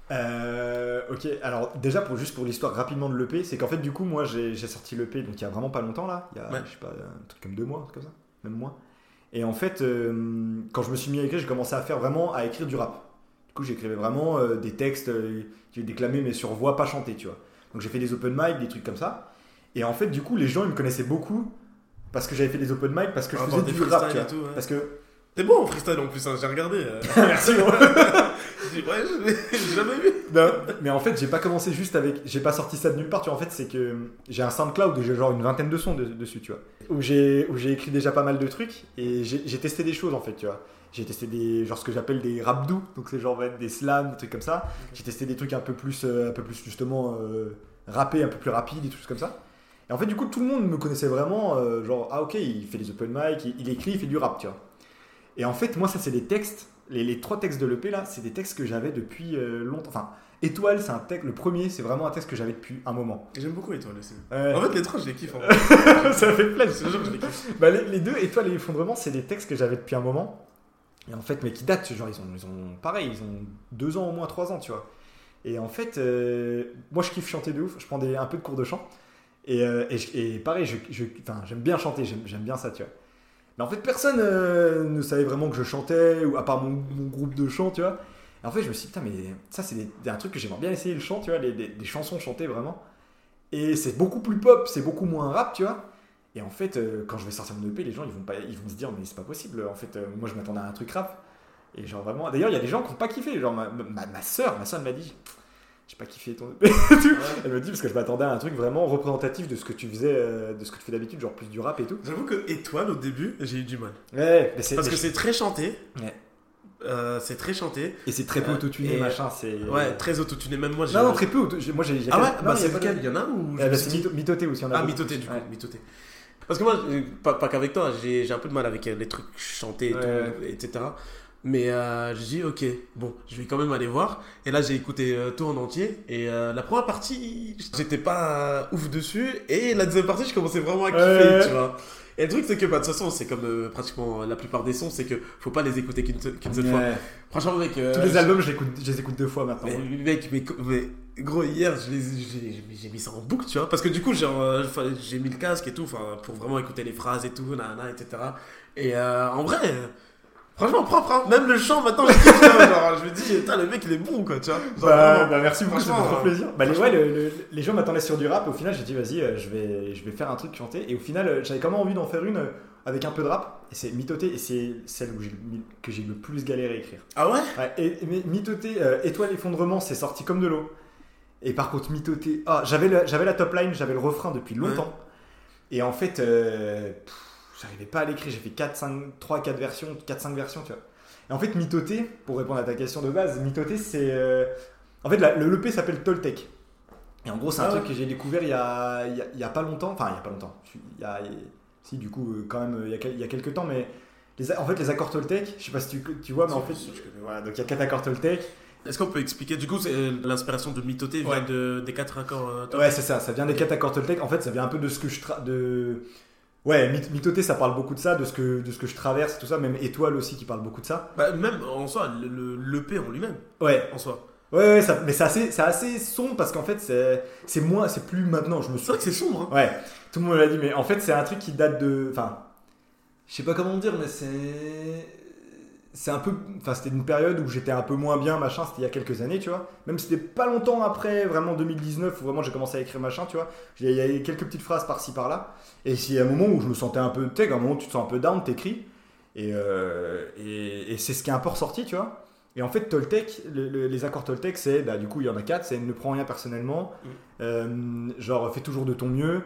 Euh, ok, alors déjà pour juste pour l'histoire rapidement de l'E P, c'est qu'en fait du coup moi j'ai j'ai sorti l'E P donc il y a vraiment pas longtemps là, il y a Ouais. je sais pas un truc comme deux mois, un truc comme ça, même moins. Et en fait euh, quand je me suis mis à écrire, j'ai commencé à faire vraiment à écrire du rap. Du coup j'écrivais vraiment euh, des textes euh, qui étaient déclamés mais sur voix pas chantée, tu vois. Donc j'ai fait des open mic, des trucs comme ça. Et en fait du coup les gens ils me connaissaient beaucoup parce que j'avais fait des open mic parce que je Par faisais rapport à du des rap, tu freestyles vois. et tout, ouais. Parce que T'es bon en freestyle en plus, hein, j'ai regardé. euh. merci. Bon. J'ai dit, ouais, je l'ai- j'ai jamais vu. Non, mais en fait, j'ai pas commencé juste avec. J'ai pas sorti ça de nulle part, tu vois. En fait, c'est que j'ai un SoundCloud où j'ai genre une vingtaine de sons de- dessus, tu vois. Où j'ai où j'ai écrit déjà pas mal de trucs et j'ai j'ai testé des choses en fait, tu vois. J'ai testé des. Genre ce que j'appelle des rap doux, donc c'est genre ouais, des slams, des trucs comme ça. J'ai testé des trucs un peu plus, euh, un peu plus justement euh, rappés, un peu plus rapides, des trucs comme ça. Et en fait, du coup, tout le monde me connaissait vraiment, euh, genre, ah ok, il fait des open mic, il, il écrit, il fait du rap, tu vois. Et en fait, moi, ça, c'est des textes, les, les trois textes de l'E P là, c'est des textes que j'avais depuis euh, longtemps. Enfin, Étoile, c'est un texte, le premier, c'est vraiment un texte que j'avais depuis un moment. J'aime beaucoup Étoile aussi. Euh, En fait, les trois, je les kiffe. En fait. ça fait plaisir. Je te jure que je les kiffe. Bah, les, les deux, Étoile et Effondrement, c'est des textes que j'avais depuis un moment. Et en fait, mais qui datent, genre, ils ont, ils ont pareil, ils ont deux ans au moins, trois ans, tu vois. Et en fait, euh, moi, je kiffe chanter de ouf. Je prends des, un peu de cours de chant. Et, euh, et, je- et pareil, je, je, enfin, j'aime bien chanter, j'aime, j'aime bien ça, tu vois. Mais en fait, personne euh, ne savait vraiment que je chantais, ou à part mon, mon groupe de chant, tu vois. Et en fait, je me suis dit, putain, mais ça, c'est des- un truc que j'aimerais bien essayer, le chant, tu vois, les, les- des chansons chantées vraiment. Et c'est beaucoup plus pop, c'est beaucoup moins rap, tu vois. Et en fait, euh, quand je vais sortir mon E P, les gens, ils vont, pas, ils vont se dire, mais c'est pas possible. En fait, euh, moi, je m'attendais à un truc rap. Et genre, vraiment. D'ailleurs, il y a des gens qui n'ont pas kiffé. Genre, ma, ma, ma soeur, ma soeur m'a dit, j'ai pas kiffé ton E P. Elle me dit, parce que je m'attendais à un truc vraiment représentatif de ce que tu faisais, euh, de ce que tu fais d'habitude, genre plus du rap et tout. J'avoue que Étoile, au début, j'ai eu du mal. Ouais, mais c'est. Parce mais que je- c'est très chanté. Ouais. Euh, c'est très chanté. Et c'est très peu Euh, autotuné, et- machin. C'est... Ouais, très autotuné. Même moi, j'ai. Non, non, très peu. auto- j'ai- Moi, j'ai. j'ai Ah ouais, quasi- bah non, c'est il y a pas lequel? de- Il y en a ou je Eh me bah, suis c'est dit- mytho- mythoté aussi, on a Ah, beaucoup. mythoté du coup, Ouais. mythoté. Parce que moi, euh, pas, pas qu'avec toi, j'ai j'ai un peu de mal avec euh, les trucs chantés et Ouais. tout, et cetera. Mais euh, j'ai dit, ok, bon, je vais quand même aller voir. Et là, j'ai écouté euh, tout en entier. Et euh, la première partie, j'étais pas euh, ouf dessus. Et la deuxième partie, je commençais vraiment à kiffer, Ouais. tu vois. Et le truc, c'est que, bah, de toute façon, c'est comme euh, pratiquement la plupart des sons, c'est que faut pas les écouter qu'une seule qu'une seule fois. Ouais. Franchement, mec. euh, Tous les je- albums, je, l'écoute- je les écoute deux fois maintenant. mais, mec, mais, mais gros, hier, je les- j'ai j'ai mis ça en boucle, tu vois. Parce que du coup, genre, euh, enfin, j'ai mis le casque et tout, enfin, pour vraiment écouter les phrases et tout, nanana, et cetera. Et euh, en vrai, euh, franchement, propre, hein. Même le chant, maintenant, je kiffe, tu vois, genre, je me dis, putain, le mec, il est bon, quoi, tu vois. Genre, Bah, vraiment. bah, merci beaucoup, ça fait Franchement, trop euh, plaisir. Bah, les, franchement. ouais, le- le- les gens m'attendaient sur du rap. Au final, j'ai dit, vas-y, euh, je vais, je vais faire un truc chanté. Et au final, euh, j'avais quand même envie d'en faire une euh, avec un peu de rap. Et c'est Mythoté, et c'est celle où j'ai, le- que j'ai le plus galéré à écrire. Ah ouais? Ouais, et, et- mais Mythoté, euh, Étoile Effondrement, c'est sorti comme de l'eau. Et par contre, Mythoté, ah, j'avais, le- j'avais la top line, j'avais le refrain depuis longtemps. Et en fait, euh, pff, j'arrivais pas à l'écrire. J'ai fait quatre, cinq, trois, quatre versions, quatre, cinq versions, tu vois. Et en fait, Mythoté, pour répondre à ta question de base, Mythoté, c'est. euh, En fait, la- le E P s'appelle Toltec. Et en gros, c'est un Ah truc ouais. que j'ai découvert il y a, il y a, il y a pas longtemps. Enfin, il y a pas longtemps. Il y a, si, du coup, euh, quand même, il y a, quel- il y a quelques temps. Mais les, a- en fait, les accords Toltec, je sais pas si tu, tu vois, mais en fait. Si, si, je connais. Voilà, donc il y a quatre accords Toltec. Est-ce qu'on peut expliquer? Du coup, c'est euh, l'inspiration de Mythoté vient Ouais. de, des quatre accords. euh, Toltec. Ouais, c'est ça. Ça vient des quatre accords Toltec. En fait, ça vient un peu de ce que je. Tra- de... Ouais, myth- Mythoté, ça parle beaucoup de ça, de ce, que, de ce que je traverse, tout ça. Même Étoile aussi qui parle beaucoup de ça. Bah, même en soi, le, le, l'E P en lui-même, Ouais, en soi. ouais, ouais, ça- mais c'est assez, c'est assez sombre parce qu'en fait, c'est, c'est moins, c'est plus maintenant. Je me C'est suis. vrai que c'est sombre, hein. Ouais, tout le monde l'a dit, mais en fait, c'est un truc qui date de. Enfin, je sais pas comment dire, mais c'est. C'est un peu. Enfin, c'était une période où j'étais un peu moins bien, machin, c'était il y a quelques années, tu vois. Même si c'était pas longtemps après, vraiment deux mille dix-neuf, où vraiment j'ai commencé à écrire machin, tu vois. Il y a eu quelques petites phrases par-ci par-là. Et il y a un moment où je me sentais un peu. Tu sais, à un moment où tu te sens un peu down, t'écris. Et, euh, et, et c'est ce qui est un peu ressorti, tu vois. Et en fait, Toltec, le- le- les accords Toltec, c'est, bah, du coup, il y en a quatre, c'est ne prends rien personnellement, Mm. euh, genre fais toujours de ton mieux,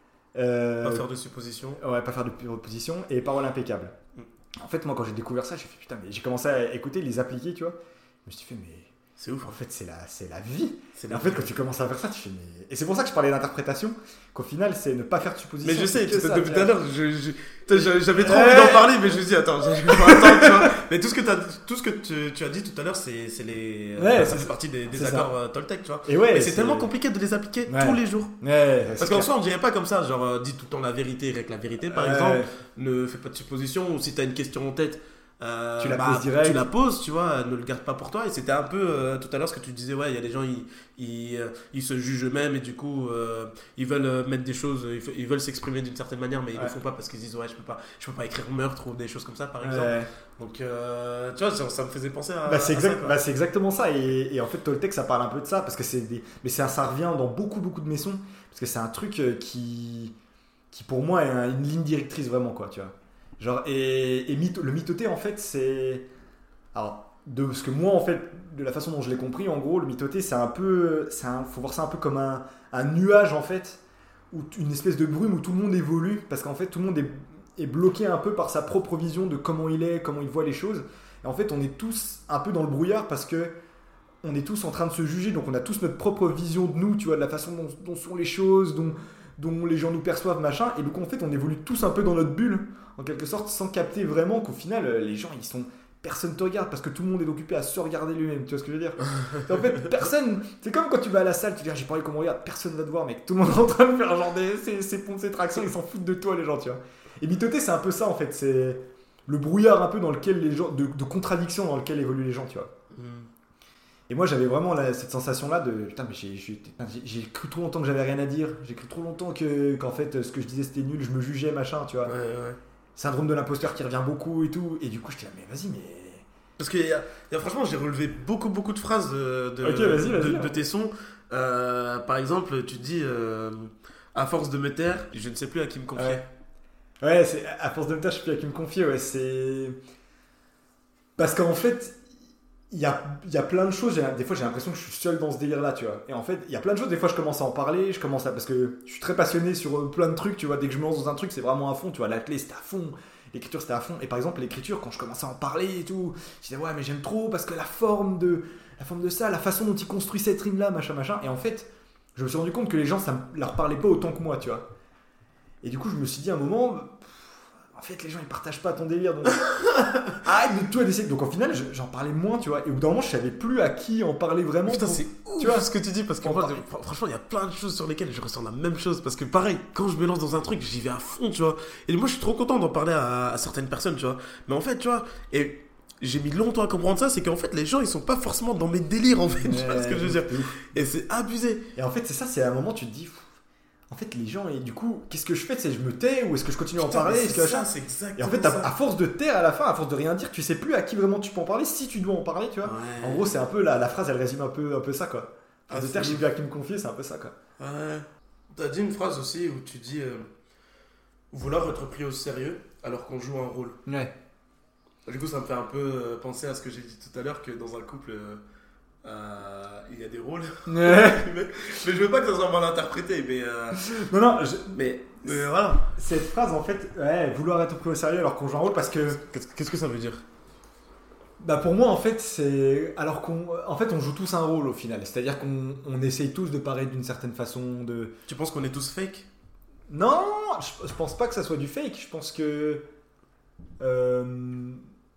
euh, Pas faire de suppositions. ouais, pas faire de position, et parole impeccable. Mm. En fait, moi, quand j'ai découvert ça, j'ai fait putain, mais j'ai commencé à écouter, les appliquer, tu vois. Je me suis fait, mais C'est ouf. En fait, c'est la, c'est la vie. C'est et en fait, quand tu commences à faire ça, tu fais mais... Et c'est pour ça que je parlais d'interprétation, qu'au final, c'est ne pas faire de suppositions. Mais je sais, que ça, depuis tout à l'heure, je, je, j'avais trop ouais. envie d'en parler, mais je me dis, attends, je vais pas attendre, tu vois. Mais tout ce que, t'as, tout ce que tu, tu as dit tout à l'heure, c'est, c'est les. Ouais, ça c'est fait partie des, des c'est accords euh, Toltec, tu vois. Et ouais, mais c'est, c'est tellement compliqué de les appliquer ouais. tous les jours. Ouais, Parce qu'en soi, on dirait pas comme ça, genre, euh, dis tout le temps la vérité, règle la vérité, par ouais. exemple. Ne fais pas de suppositions, ou si t'as une question en tête. Euh, tu la bah, poses direct. Tu la poses, tu vois, ne le garde pas pour toi. Et c'était un peu euh, tout à l'heure ce que tu disais, ouais, il y a des gens, ils, ils, euh, ils se jugent eux-mêmes et du coup, euh, ils veulent euh, mettre des choses, ils, f- ils veulent s'exprimer d'une certaine manière, mais ils ouais. le font pas parce qu'ils disent, ouais, je peux pas, je peux pas écrire meurtre ou des choses comme ça, par exemple. Ouais. Donc, euh, tu vois, ça, ça me faisait penser à. Bah, c'est, à exact, ça, bah, c'est exactement ça. Et, et en fait, Toltec, ça parle un peu de ça, parce que c'est des. Mais c'est, ça revient dans beaucoup, beaucoup de maisons, parce que c'est un truc qui, qui pour moi, est un, une ligne directrice vraiment, quoi, tu vois. Genre, et, et mytho, le mythoté, en fait, c'est. Alors, de ce que moi, en fait, de la façon dont je l'ai compris, en gros, le mythoté, c'est un peu. C'est un, faut voir ça un peu comme un, un nuage, en fait, ou une espèce de brume où tout le monde évolue, parce qu'en fait, tout le monde est, est bloqué un peu par sa propre vision de comment il est, comment il voit les choses. Et en fait, on est tous un peu dans le brouillard parce que. On est tous en train de se juger, donc on a tous notre propre vision de nous, tu vois, de la façon dont, dont sont les choses, dont, dont les gens nous perçoivent, machin. Et donc en fait, on évolue tous un peu dans notre bulle, en quelque sorte, sans capter vraiment qu'au final, les gens, ils sont... Personne te regarde parce que tout le monde est occupé à se regarder lui-même, tu vois ce que je veux dire. En fait, personne... C'est comme quand tu vas à la salle, tu dis, ah, j'ai parlé comme on regarde, personne va te voir, mec. Tout le monde est en train de faire genre des... Ses, ses pompes, ses tractions, ils s'en foutent de toi, les gens, tu vois. Et mythoté, c'est un peu ça, en fait. C'est le brouillard un peu dans lequel les gens... De, de contradiction dans lequel évoluent les gens, tu vois. Mm. Et moi, j'avais vraiment la, cette sensation-là de putain, mais j'ai, j'ai, j'ai cru trop longtemps que j'avais rien à dire. J'ai cru trop longtemps que, qu'en fait, ce que je disais c'était nul, je me jugeais, machin, tu vois. Ouais, ouais. Syndrome de l'imposteur qui revient beaucoup et tout. Et du coup, j'étais là, mais vas-y, mais. Parce que y a, y a, franchement, j'ai relevé beaucoup, beaucoup de phrases de, de, okay, vas-y, vas-y, de, hein. de tes sons. Euh, par exemple, tu dis euh, à force de me taire, je ne sais plus à qui me confier. Ouais, ouais c'est, à force de me taire, je ne sais plus à qui me confier. Ouais, c'est. Parce qu'en fait. Il y, a, il y a plein de choses, j'ai, des fois j'ai l'impression que je suis seul dans ce délire là, tu vois. Et en fait, il y a plein de choses, des fois je commence à en parler, je commence à, parce que je suis très passionné sur plein de trucs, tu vois. Dès que je me lance dans un truc, c'est vraiment à fond, tu vois. La clé c'était à fond, l'écriture c'était à fond. Et par exemple, l'écriture, quand je commençais à en parler et tout, je disais ouais, mais j'aime trop parce que la forme de, la forme de ça, la façon dont il construit cette rime là, machin, machin. Et en fait, je me suis rendu compte que les gens, ça leur parlait pas autant que moi, tu vois. Et du coup, je me suis dit à un moment. En fait, les gens ils partagent pas ton délire, donc arrête de tout à d'essayer. Donc, au final, je, j'en parlais moins, tu vois. Et au bout d'un moment, je savais plus à qui en parler vraiment. Putain, pour... c'est ouf, tu vois ce que tu dis, parce que moi, de, franchement, il y a plein de choses sur lesquelles je ressens la même chose. Parce que, pareil, quand je me lance dans un truc, j'y vais à fond, tu vois. Et moi, je suis trop content d'en parler à, à certaines personnes, tu vois. Mais en fait, tu vois, et j'ai mis longtemps à comprendre ça, c'est qu'en fait, les gens ils sont pas forcément dans mes délires, en fait, ouais, tu vois ce que je veux dire. Et c'est abusé. Et en fait, c'est ça, c'est à un moment, tu te dis. En fait, les gens, et du coup, qu'est-ce que je fais? C'est je me tais ou est-ce que je continue à en parler? C'est ça, c'est exactement. Et en fait, à, à force de taire à la fin, à force de rien dire, tu sais plus à qui vraiment tu peux en parler si tu dois en parler, tu vois. Ouais. En gros, c'est un peu la, la phrase, elle résume un peu, un peu ça, quoi. À force ah, de taire, je sais plus à qui me confier, c'est un peu ça, quoi. Ouais. T'as dit une phrase aussi où tu dis euh, vouloir être pris au sérieux alors qu'on joue un rôle. Ouais. Du coup, ça me fait un peu penser à ce que j'ai dit tout à l'heure que dans un couple. Euh, Euh, il y a des rôles mais, mais je veux pas que ça soit mal interprété mais euh... non non je... mais, mais voilà cette phrase en fait ouais, vouloir être pris au sérieux alors qu'on joue un rôle parce que qu'est-ce que ça veut dire? Bah pour moi en fait c'est alors qu'on en fait on joue tous un rôle au final, c'est-à-dire qu'on on essaye tous de paraître d'une certaine façon de... Tu penses qu'on est tous fake? Non, je, je pense pas que ça soit du fake, je pense que euh...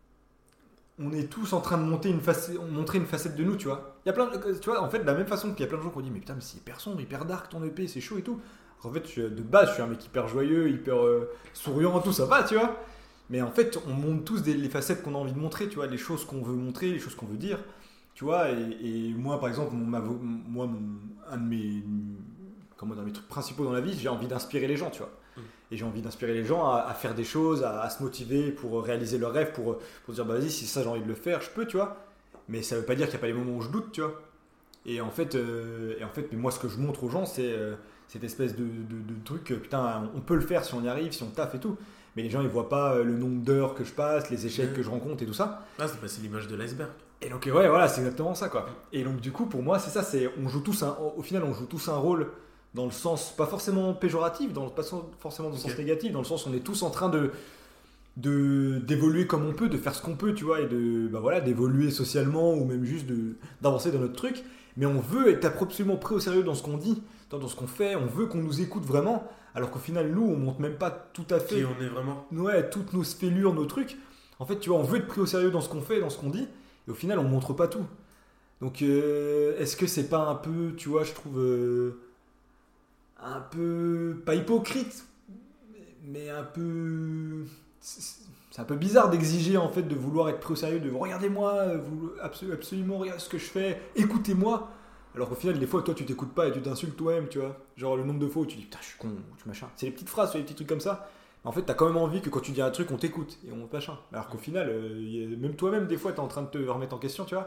on est tous en train de monter une facette, montrer une facette de nous, tu vois. Il y a plein de, tu vois, en fait, de la même façon qu'il y a plein de gens qui ont dit, mais putain, mais c'est hyper sombre, hyper dark ton E P, c'est chaud et tout. En fait, je, de base, je suis un mec hyper joyeux, hyper euh, souriant, tout ça va, tu vois. Mais en fait, on montre tous des, les facettes qu'on a envie de montrer, tu vois, les choses qu'on veut montrer, les choses qu'on veut dire, tu vois. Et, et moi, par exemple, mon, ma, moi, mon, un de mes, comment dire, mes trucs principaux dans la vie, j'ai envie d'inspirer les gens, tu vois. Et j'ai envie d'inspirer les gens à, à faire des choses, à, à se motiver pour réaliser leurs rêves, pour, pour dire bah vas-y, si ça j'ai envie de le faire, je peux, tu vois. Mais ça veut pas dire qu'il n'y a pas des moments où je doute, tu vois. Et en fait, euh, et en fait mais moi ce que je montre aux gens, c'est euh, cette espèce de, de, de truc, putain, on peut le faire si on y arrive, si on taffe et tout. Mais les gens ils voient pas le nombre d'heures que je passe, les échecs ouais. que je rencontre et tout ça. Ah, c'est, c'est l'image de l'iceberg. Et donc ouais, voilà, c'est exactement ça, quoi. Et donc du coup, pour moi, c'est ça, c'est on joue tous un, au final, on joue tous un rôle. Dans le sens, pas forcément péjoratif, dans, pas forcément dans le okay. sens négatif, dans le sens où on est tous en train de, de d'évoluer comme on peut, de faire ce qu'on peut, tu vois, et de bah voilà, d'évoluer socialement ou même juste de d'avancer dans notre truc. Mais on veut être absolument pris au sérieux dans ce qu'on dit, dans, dans ce qu'on fait. On veut qu'on nous écoute vraiment, alors qu'au final, nous, on montre même pas tout à fait. Qui on est vraiment. Ouais, toutes nos fêlures, nos trucs. En fait, tu vois, on veut être pris au sérieux dans ce qu'on fait, dans ce qu'on dit, et au final, on montre pas tout. Donc, euh, est-ce que c'est pas un peu, tu vois, je trouve euh, un peu pas hypocrite, mais un peu. C'est un peu bizarre d'exiger en fait de vouloir être pris au sérieux, de regardez-moi, vous, absolument regardez ce que je fais, écoutez-moi. Alors qu'au final, des fois, toi tu t'écoutes pas et tu t'insultes toi-même, tu vois. Genre le nombre de fois où tu dis putain, je suis con, tu machin. C'est les petites phrases, les petits trucs comme ça. Mais en fait, t'as quand même envie que quand tu dis un truc, on t'écoute et on machin. Alors qu'au final, euh, y a, même toi-même, des fois, t'es en train de te remettre en question, tu vois.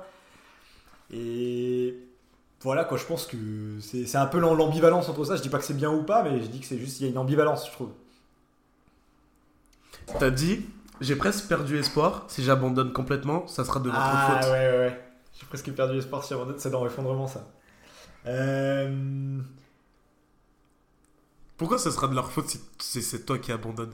Et voilà quoi, je pense que c'est, c'est un peu l'ambivalence entre ça. Je dis pas que c'est bien ou pas, mais je dis que c'est juste, il y a une ambivalence, je trouve. T'as dit, j'ai presque perdu espoir. Si j'abandonne complètement, ça sera de votre ah, faute. Ah ouais, ouais, ouais. J'ai presque perdu espoir si j'abandonne. C'est dans l'effondrement, ça. Euh... Pourquoi ça sera de leur faute si c'est, c'est toi qui abandonnes?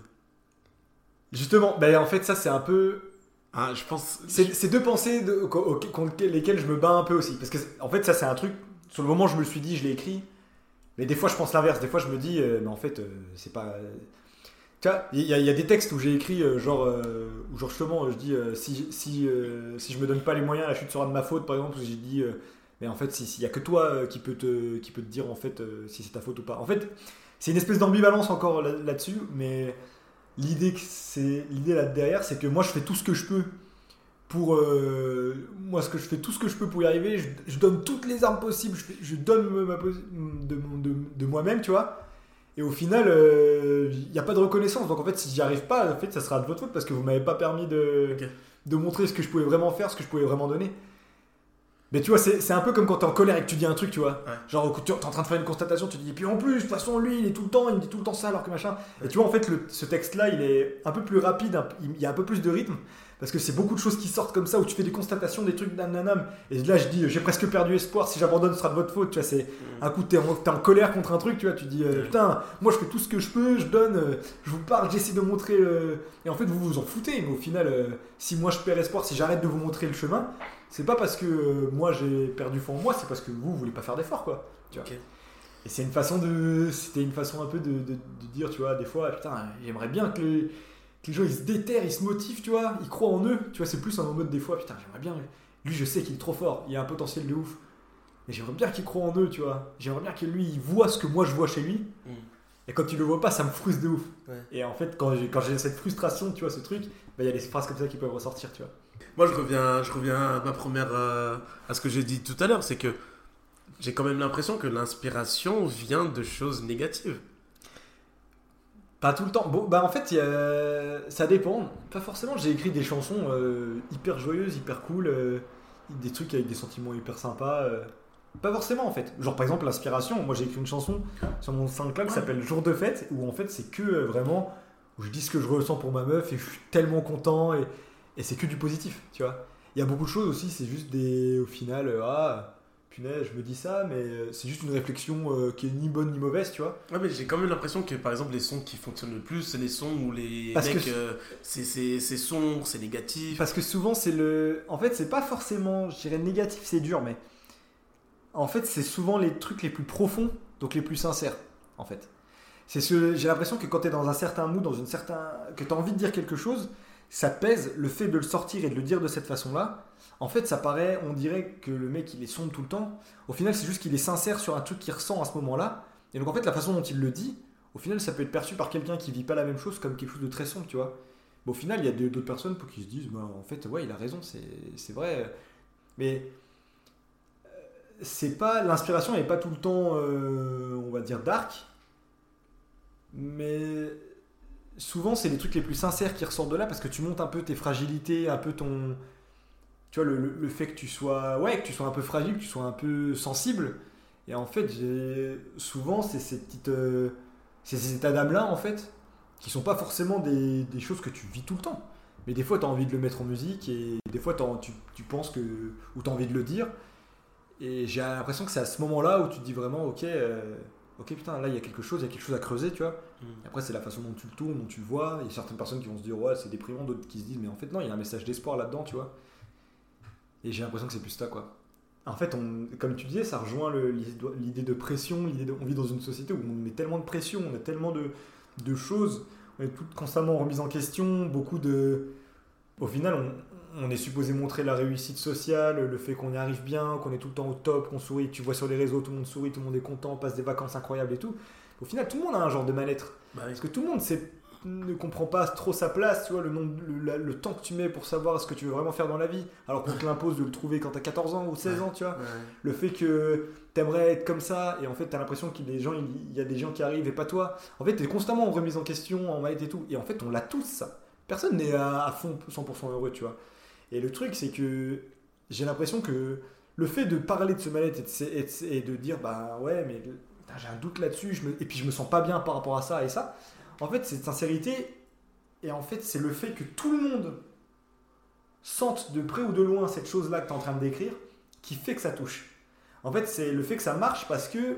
Justement, ben en fait, ça c'est un peu. Ah, je pense. C'est, c'est deux pensées de, contre lesquelles je me bats un peu aussi. Parce que, en fait, ça c'est un truc. Sur le moment, je me le suis dit, je l'ai écrit. Mais des fois, je pense l'inverse. Des fois, je me dis, euh, mais en fait, euh, c'est pas. Tu vois, il y, y a des textes où j'ai écrit, euh, genre, euh, où genre justement, je dis, euh, si, si, euh, si je me donne pas les moyens, la chute sera de ma faute, par exemple, où j'ai dit, euh, mais en fait, s'il si, si y a que toi euh, qui, peut te, qui peut te dire, en fait, euh, si c'est ta faute ou pas. En fait, c'est une espèce d'ambivalence encore là, là-dessus, mais l'idée, que c'est, l'idée là derrière, c'est que moi, je fais tout ce que je peux pour. Euh, moi, ce que je fais tout ce que je peux pour y arriver, je, je donne toutes les armes possibles, je, fais, je donne ma, de, de, de, de moi-même, tu vois. Et au final, il euh, n'y a pas de reconnaissance. Donc en fait, si j'y arrive pas, en fait, ça sera de votre faute parce que vous m'avez pas permis de, okay. de montrer ce que je pouvais vraiment faire, ce que je pouvais vraiment donner. Mais tu vois, c'est, c'est un peu comme quand t'es en colère et que tu dis un truc, tu vois. Ouais. Genre, tu es en train de faire une constatation, tu te dis, et puis en plus, de toute façon, lui, il est tout le temps, il me dit tout le temps ça, alors que machin. Ouais. Et tu vois, en fait, le, ce texte-là, il est un peu plus rapide, un, il y a un peu plus de rythme. Parce que c'est beaucoup de choses qui sortent comme ça, où tu fais des constatations, des trucs nananam. Et là, je dis, j'ai presque perdu espoir, si j'abandonne, ce sera de votre faute. Tu vois, c'est mmh. un coup, t'es en, t'es en colère contre un truc, tu vois, tu dis, euh, putain, moi je fais tout ce que je peux, je donne, euh, je vous parle, j'essaie de montrer. Euh... Et en fait, vous vous en foutez, mais au final, euh, si moi je perds espoir, si j'arrête de vous montrer le chemin, c'est pas parce que euh, moi j'ai perdu foi en moi, c'est parce que vous, vous voulez pas faire d'efforts, quoi. Tu vois. Okay. Et c'est une façon de. C'était une façon un peu de, de, de dire, tu vois, des fois, putain, j'aimerais bien que les. Que les gens ils se déterrent, ils se motivent, tu vois, ils croient en eux, tu vois, c'est plus en mode des fois, putain, j'aimerais bien, lui je sais qu'il est trop fort, il a un potentiel de ouf, mais j'aimerais bien qu'il croit en eux, tu vois, j'aimerais bien que lui il voit ce que moi je vois chez lui, mm. et quand tu le vois pas, ça me frustre de ouf. Ouais. Et en fait, quand j'ai, quand j'ai cette frustration, tu vois, ce truc, il bah, y a des phrases comme ça qui peuvent ressortir, tu vois. Moi je reviens, je reviens à ma première, euh, à ce que j'ai dit tout à l'heure, c'est que j'ai quand même l'impression que l'inspiration vient de choses négatives. Pas tout le temps. Bon, bah en fait, y a... ça dépend. Pas forcément. J'ai écrit des chansons euh, hyper joyeuses, hyper cool, euh, des trucs avec des sentiments hyper sympas. Euh... Pas forcément en fait. Genre par exemple l'inspiration. Moi j'ai écrit une chanson sur mon SoundCloud qui s'appelle Jour de fête, où en fait c'est que euh, vraiment où je dis ce que je ressens pour ma meuf et je suis tellement content et, et c'est que du positif, tu vois. Il y a beaucoup de choses aussi. C'est juste des, au final, euh, ah. Punaise, je me dis ça, mais c'est juste une réflexion euh, qui est ni bonne ni mauvaise, tu vois. Ouais, mais j'ai quand même l'impression que par exemple les sons qui fonctionnent le plus, c'est les sons où les Parce mecs, que... euh, c'est, c'est, c'est sombre, c'est négatif. Parce que souvent c'est le... En fait, c'est pas forcément, je dirais négatif, c'est dur, mais... En fait, c'est souvent les trucs les plus profonds, donc les plus sincères, en fait. C'est ce... J'ai l'impression que quand t'es dans un certain mood, dans une certaine... que t'as envie de dire quelque chose, ça pèse, le fait de le sortir et de le dire de cette façon-là. En fait, ça paraît, on dirait que le mec, il est sombre tout le temps. Au final, c'est juste qu'il est sincère sur un truc qu'il ressent à ce moment-là. Et donc, en fait, la façon dont il le dit, au final, ça peut être perçu par quelqu'un qui vit pas la même chose comme quelque chose de très sombre, tu vois. Mais au final, il y a d'autres personnes pour qui se disent, bah, en fait, ouais, il a raison, c'est, c'est vrai. Mais c'est pas, l'inspiration n'est pas tout le temps, euh, on va dire, dark. Mais souvent, c'est les trucs les plus sincères qui ressortent de là parce que tu montes un peu tes fragilités, un peu ton... Tu vois, le, le, le fait que tu sois ouais, que tu sois un peu fragile, que tu sois un peu sensible. Et en fait, j'ai, souvent, c'est ces petites... Euh, c'est ces états d'âme-là, en fait, qui sont pas forcément des, des choses que tu vis tout le temps. Mais des fois, tu as envie de le mettre en musique et des fois, tu, tu penses que... ou tu as envie de le dire. Et j'ai l'impression que c'est à ce moment-là où tu te dis vraiment, ok, euh, ok putain là il y a quelque chose, il y a quelque chose à creuser, tu vois. Mm. Et après c'est la façon dont tu le tournes, dont tu le vois. Il y a certaines personnes qui vont se dire ouais c'est déprimant, d'autres qui se disent mais en fait non, il y a un message d'espoir là-dedans, tu vois. Et j'ai l'impression que c'est plus ça, quoi. En fait, on, comme tu disais, ça rejoint le, l'idée de pression, l'idée de, on vit dans une société où on met tellement de pression, on a tellement de, de choses, on est tout constamment remis en question, beaucoup de... Au final, on, on est supposé montrer la réussite sociale, le fait qu'on y arrive bien, qu'on est tout le temps au top, qu'on sourit, tu vois sur les réseaux, tout le monde sourit, tout le monde est content, passe des vacances incroyables et tout. Au final, tout le monde a un genre de mal-être. Bah oui. Parce que tout le monde sait... ne comprend pas trop sa place, tu vois, le, nombre, le, le temps que tu mets pour savoir ce que tu veux vraiment faire dans la vie, alors qu'on te l'impose de le trouver quand t'as quatorze ans ou seize ouais, ans, tu vois. Ouais. Le fait que t'aimerais être comme ça, et en fait t'as l'impression qu'il y a des gens, il y a des gens qui arrivent et pas toi. En fait t'es constamment en remise en question, en mal-être et tout. Et en fait on l'a tous, ça. Personne n'est à, à fond cent pour cent heureux, tu vois. Et le truc, c'est que j'ai l'impression que le fait de parler de ce mal-être et de, et de, et de dire, bah ouais, mais j'ai un doute là-dessus, je me, et puis je me sens pas bien par rapport à ça et ça. En fait, cette sincérité, et en fait, c'est le fait que tout le monde sente de près ou de loin cette chose-là que tu es en train de décrire qui fait que ça touche. En fait, c'est le fait que ça marche parce que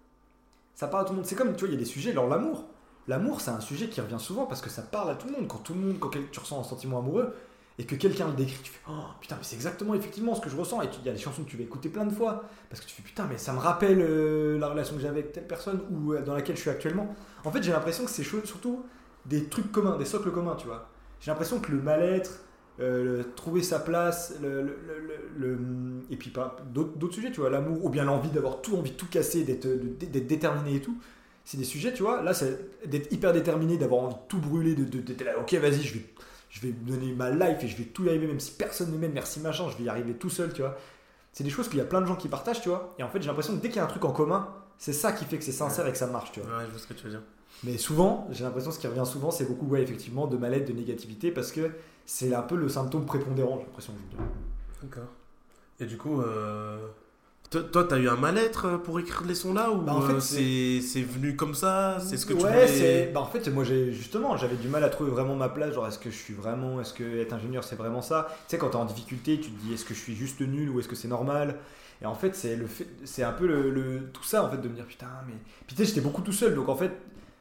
ça parle à tout le monde. C'est comme, tu vois, il y a des sujets, genre l'amour. L'amour, c'est un sujet qui revient souvent parce que ça parle à tout le monde. Quand tout le monde, quand tu ressens un sentiment amoureux et que quelqu'un le décrit, tu fais « Oh putain, mais c'est exactement effectivement ce que je ressens ». Et il y a des chansons que tu vas écouter plein de fois parce que tu fais « Putain, mais ça me rappelle euh, la relation que j'avais avec telle personne ou euh, dans laquelle je suis actuellement ». En fait, j'ai l'impression que c'est surtout des trucs communs, des socles communs, tu vois. J'ai l'impression que le mal-être, euh, le, trouver sa place, le, le, le, le, et puis pas d'autres, d'autres sujets, tu vois, l'amour, ou bien l'envie d'avoir tout, envie de tout casser, d'être, d'être déterminé et tout. C'est des sujets, tu vois, là, c'est d'être hyper déterminé, d'avoir envie de tout brûler, de, de, d'être là, ok, vas-y, je vais, je vais me donner ma life et je vais tout y arriver, même si personne ne m'aime, merci machin, je vais y arriver tout seul, tu vois. C'est des choses qu'il y a plein de gens qui partagent, tu vois. Et en fait, j'ai l'impression que dès qu'il y a un truc en commun, c'est ça qui fait que c'est sincère et que ça marche, tu vois. Ouais, je vois ce que tu veux dire. Mais souvent, j'ai l'impression que ce qui revient souvent, c'est beaucoup, ouais, effectivement, de mal-être, de négativité, parce que c'est un peu le symptôme prépondérant, j'ai l'impression. Je veux dire. D'accord. Et du coup, euh... toi, t'as eu un mal-être pour écrire les sons là ou bah en fait, c'est... c'est venu comme ça, c'est ce que tu ouais, voulais... c'est... Bah en fait, moi, j'ai... justement, j'avais du mal à trouver vraiment ma place. Genre, est-ce que je suis vraiment, est-ce que être ingénieur, c'est vraiment ça? Tu sais, quand t'es en difficulté, tu te dis, est-ce que je suis juste nul ou est-ce que c'est normal? Et en fait, c'est le fait... c'est un peu le... le tout ça, en fait, de me dire, putain, mais puis tu sais, j'étais beaucoup tout seul, donc en fait.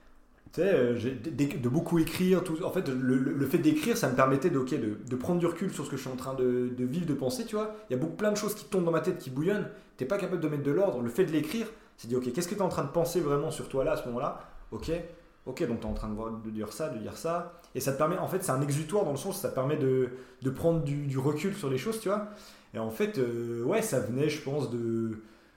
Tu sais, j'ai, de, de beaucoup écrire, tout, en fait, le, le, le fait d'écrire, ça me permettait de, okay, de, de prendre du recul sur ce que je suis en train de, de vivre, de penser, tu vois. Il y a beaucoup, plein de choses qui tombent dans ma tête, qui bouillonnent. T'es pas capable de mettre de l'ordre. Le fait de l'écrire, c'est de dire, ok, qu'est-ce que t'es en train de penser vraiment sur toi là, à ce moment-là? Ok, ok, donc t'es en train de, voir, de dire ça, de dire ça. Et ça te permet, en fait, c'est un exutoire dans le sens où ça te permet de, de prendre du, du recul sur les choses, tu vois. Et en fait, euh, ouais, ça venait, je pense, de...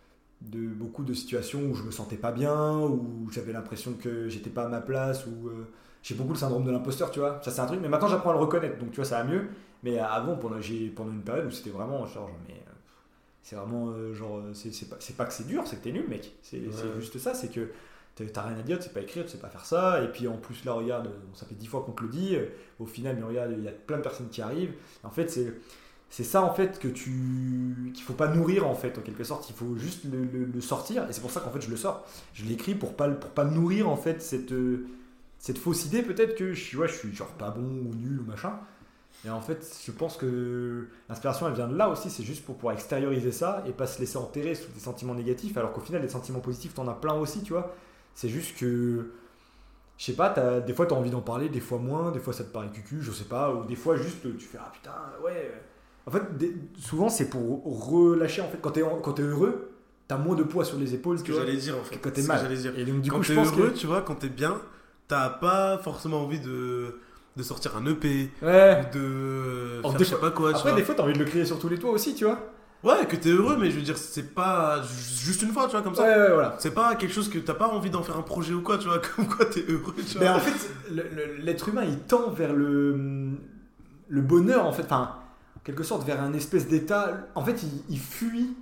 de beaucoup de situations où je me sentais pas bien, où j'avais l'impression que j'étais pas à ma place, où euh, j'ai beaucoup le syndrome de l'imposteur, tu vois. Ça c'est un truc, mais maintenant j'apprends à le reconnaître, donc tu vois ça va mieux. Mais avant, pendant, j'ai, pendant une période où c'était vraiment genre, mais euh, c'est vraiment euh, genre, c'est, c'est, pas, c'est pas que c'est dur, c'est que t'es nul, mec. C'est, ouais. c'est juste ça, c'est que t'as rien à dire, tu sais pas écrire, tu sais pas faire ça. Et puis en plus là, regarde, ça fait dix fois qu'on te le dit. Au final, mais regarde, il y a plein de personnes qui arrivent. En fait, c'est C'est ça en fait que tu qu'il faut pas nourrir en fait en quelque sorte, il faut juste le, le, le sortir et c'est pour ça qu'en fait je le sors. Je l'écris pour pas pour pas nourrir en fait cette cette fausse idée peut-être que je suis ouais, je suis genre pas bon ou nul ou machin. Et en fait, je pense que l'inspiration elle vient de là aussi, c'est juste pour pouvoir extérioriser ça et pas se laisser enterrer sous des sentiments négatifs alors qu'au final les sentiments positifs t'en as plein aussi, tu vois. C'est juste que je sais pas, t'as, des fois t'as envie d'en parler, des fois moins, des fois ça te paraît cucu, je sais pas, ou des fois juste tu fais ah putain ouais. En fait, des, souvent c'est pour relâcher en fait. Quand t'es, quand t'es heureux, t'as moins de poids sur les épaules. Ce que j'allais dire en fait. Quand t'es mal. J'allais dire. Et donc du quand coup, t'es je pense heureux, que... tu vois, quand t'es bien, t'as pas forcément envie de, de sortir un E P, ouais. ou de Alors, faire je sais fois, pas quoi. Après, des fois, t'as envie de le crier sur tous les toits aussi, tu vois. Ouais, que t'es heureux, mais je veux dire, c'est pas juste une fois, tu vois, comme ça. Ouais, ouais, voilà. C'est pas quelque chose que t'as pas envie d'en faire un projet ou quoi, tu vois, comme quoi t'es heureux, tu vois. Mais en fait, le, le, l'être humain, il tend vers le, le bonheur, en fait, enfin, en quelque sorte, vers un espèce d'état. En fait, il, il fuit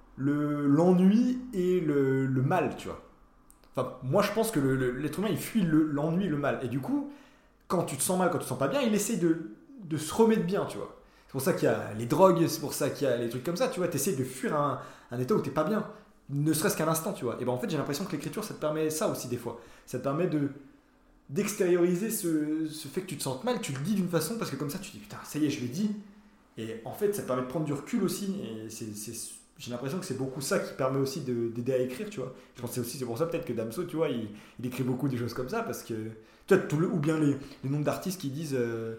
le, l'ennui et le, le mal, tu vois. Enfin, moi, je pense que le, le, l'être humain, il fuit le, l'ennui et le mal. Et du coup, quand tu te sens mal, quand tu te sens pas bien, il essaie de, de se remettre bien, tu vois. C'est pour ça qu'il y a les drogues, c'est pour ça qu'il y a les trucs comme ça, tu vois. Tu essaies de fuir un, un état où t'es pas bien, ne serait-ce qu'un instant, tu vois. Et ben en fait, j'ai l'impression que l'écriture, ça te permet ça aussi des fois. Ça te permet de, d'extérioriser ce, ce fait que tu te sentes mal. Tu le dis d'une façon parce que comme ça, tu dis putain, ça y est, je l'ai dit. Et en fait, ça te permet de prendre du recul aussi. Et c'est, c'est j'ai l'impression que c'est beaucoup ça qui permet aussi de, d'aider à écrire, tu vois. Je pense que c'est aussi c'est pour ça peut-être que Damso, tu vois, il, il écrit beaucoup des choses comme ça parce que tu vois, tout le, ou bien les, les nombres d'artistes qui disent, euh,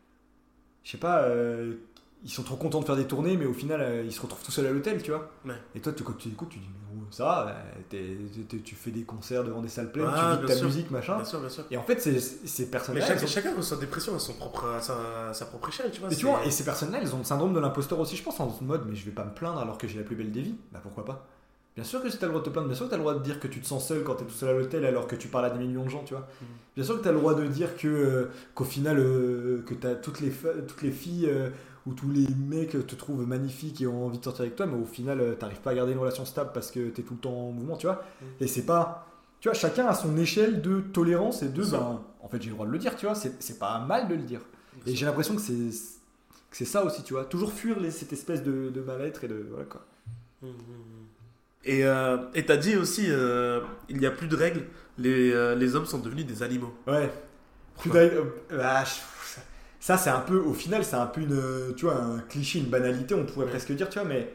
je sais pas, euh, ils sont trop contents de faire des tournées, mais au final, euh, ils se retrouvent tout seuls à l'hôtel, tu vois. Ouais. Et toi, tu, quand tu écoutes, tu dis, mais oh, ça va, t'es, t'es, tu fais des concerts devant des salles pleines, Ah, tu vis de ta sûr. musique, machin. Bien sûr, bien sûr. Et en fait, ces, ces personnes-là. Mais chaque, ont... chacun ressent des pressions à, son propre, à, sa, à sa propre échelle, tu vois. Et tu vois, et ces personnes-là, elles ont le syndrome de l'imposteur aussi, je pense, en mode, mais je vais pas me plaindre alors que j'ai la plus belle des vies. Bah pourquoi pas. Bien sûr que si t'as le droit de te plaindre, bien sûr que t'as le droit de dire que tu te sens seul quand t'es tout seul à l'hôtel alors que tu parles à des millions de gens, tu vois. Mm. Bien sûr que t'as le droit de dire que, euh, qu'au final, euh, que t'as toutes les, toutes les filles euh, ou tous les mecs te trouvent magnifiques et ont envie de sortir avec toi, mais au final, euh, t'arrives pas à garder une relation stable parce que t'es tout le temps en mouvement, tu vois. Mm. Et c'est pas... Tu vois, chacun a son échelle de tolérance et de... Ben, en fait, j'ai le droit de le dire, tu vois. C'est, c'est pas mal de le dire. Bien et j'ai l'impression que c'est, que c'est ça aussi, tu vois. Toujours fuir les, cette espèce de, de mal-être et de... Voilà, quoi. Mm, mm, mm. Et euh, et t'as dit aussi, euh, il n'y a plus de règles, les, euh, les hommes sont devenus des animaux. Ouais. Plus de règles. Euh, bah, ça, c'est un peu, au final, c'est un peu une, tu vois, un cliché, une banalité, on pourrait ouais. presque dire, tu vois, mais.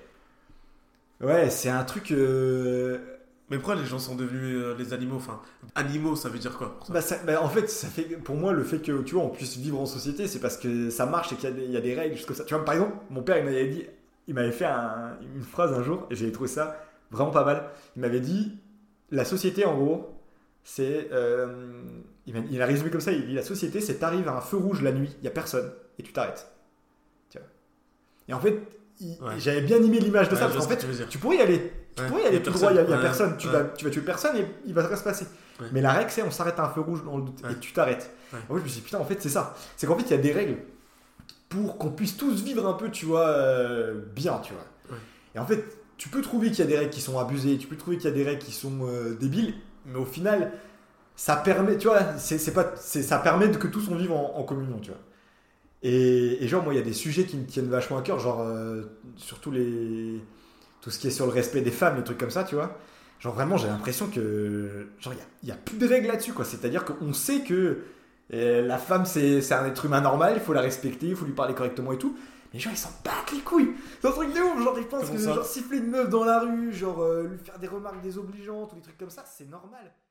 Ouais, c'est un truc. Euh... Mais pourquoi les gens sont devenus euh, les animaux? Enfin, animaux, ça veut dire quoi ça bah, ça, bah, en fait, ça fait, pour moi, le fait que, tu vois, on puisse vivre en société, c'est parce que ça marche et qu'il y a des, il y a des règles, jusqu'à ça. Tu vois, par exemple, mon père, il m'avait dit, il m'avait fait un, une phrase un jour, et j'ai trouvé ça vraiment pas mal. Il m'avait dit, la société, en gros, c'est... Euh, il, a, il a résumé comme ça, il dit, la société, c'est t'arrives à un feu rouge la nuit, il n'y a personne, et tu t'arrêtes. Tu vois. Et en fait, il, ouais. j'avais bien aimé l'image de ouais, ça, parce qu'en fait, tu, tu pourrais y aller, tu ouais. pourrais y aller tout droit, il n'y a, y a ouais. personne, tu, ouais. vas, tu vas tuer personne, et il va rien se passer. Ouais. Mais la règle, c'est on s'arrête à un feu rouge dans le doute, ouais. et tu t'arrêtes. Ouais. En fait, je me suis dit, putain, en fait, c'est ça. C'est qu'en fait, il y a des règles pour qu'on puisse tous vivre un peu, tu vois, euh, bien, tu vois. Ouais. Et en fait, tu peux trouver qu'il y a des règles qui sont abusées, tu peux trouver qu'il y a des règles qui sont euh, débiles, mais au final, ça permet, tu vois, c'est, c'est pas, c'est, ça permet que tous on vive en, en communion, tu vois. Et, et genre, moi, il y a des sujets qui me tiennent vachement à cœur, genre, euh, surtout les, tout ce qui est sur le respect des femmes, les trucs comme ça, tu vois. Genre, vraiment, j'ai l'impression que, genre, il n'y a, a plus de règles là-dessus, quoi. C'est-à-dire qu'on sait que euh, la femme, c'est, c'est un être humain normal, il faut la respecter, il faut lui parler correctement et tout. Les gens ils s'en battent les couilles. C'est un truc de ouf. Genre ils pensent que genre, siffler une meuf dans la rue, genre euh, lui faire des remarques désobligeantes ou des trucs comme ça, c'est normal.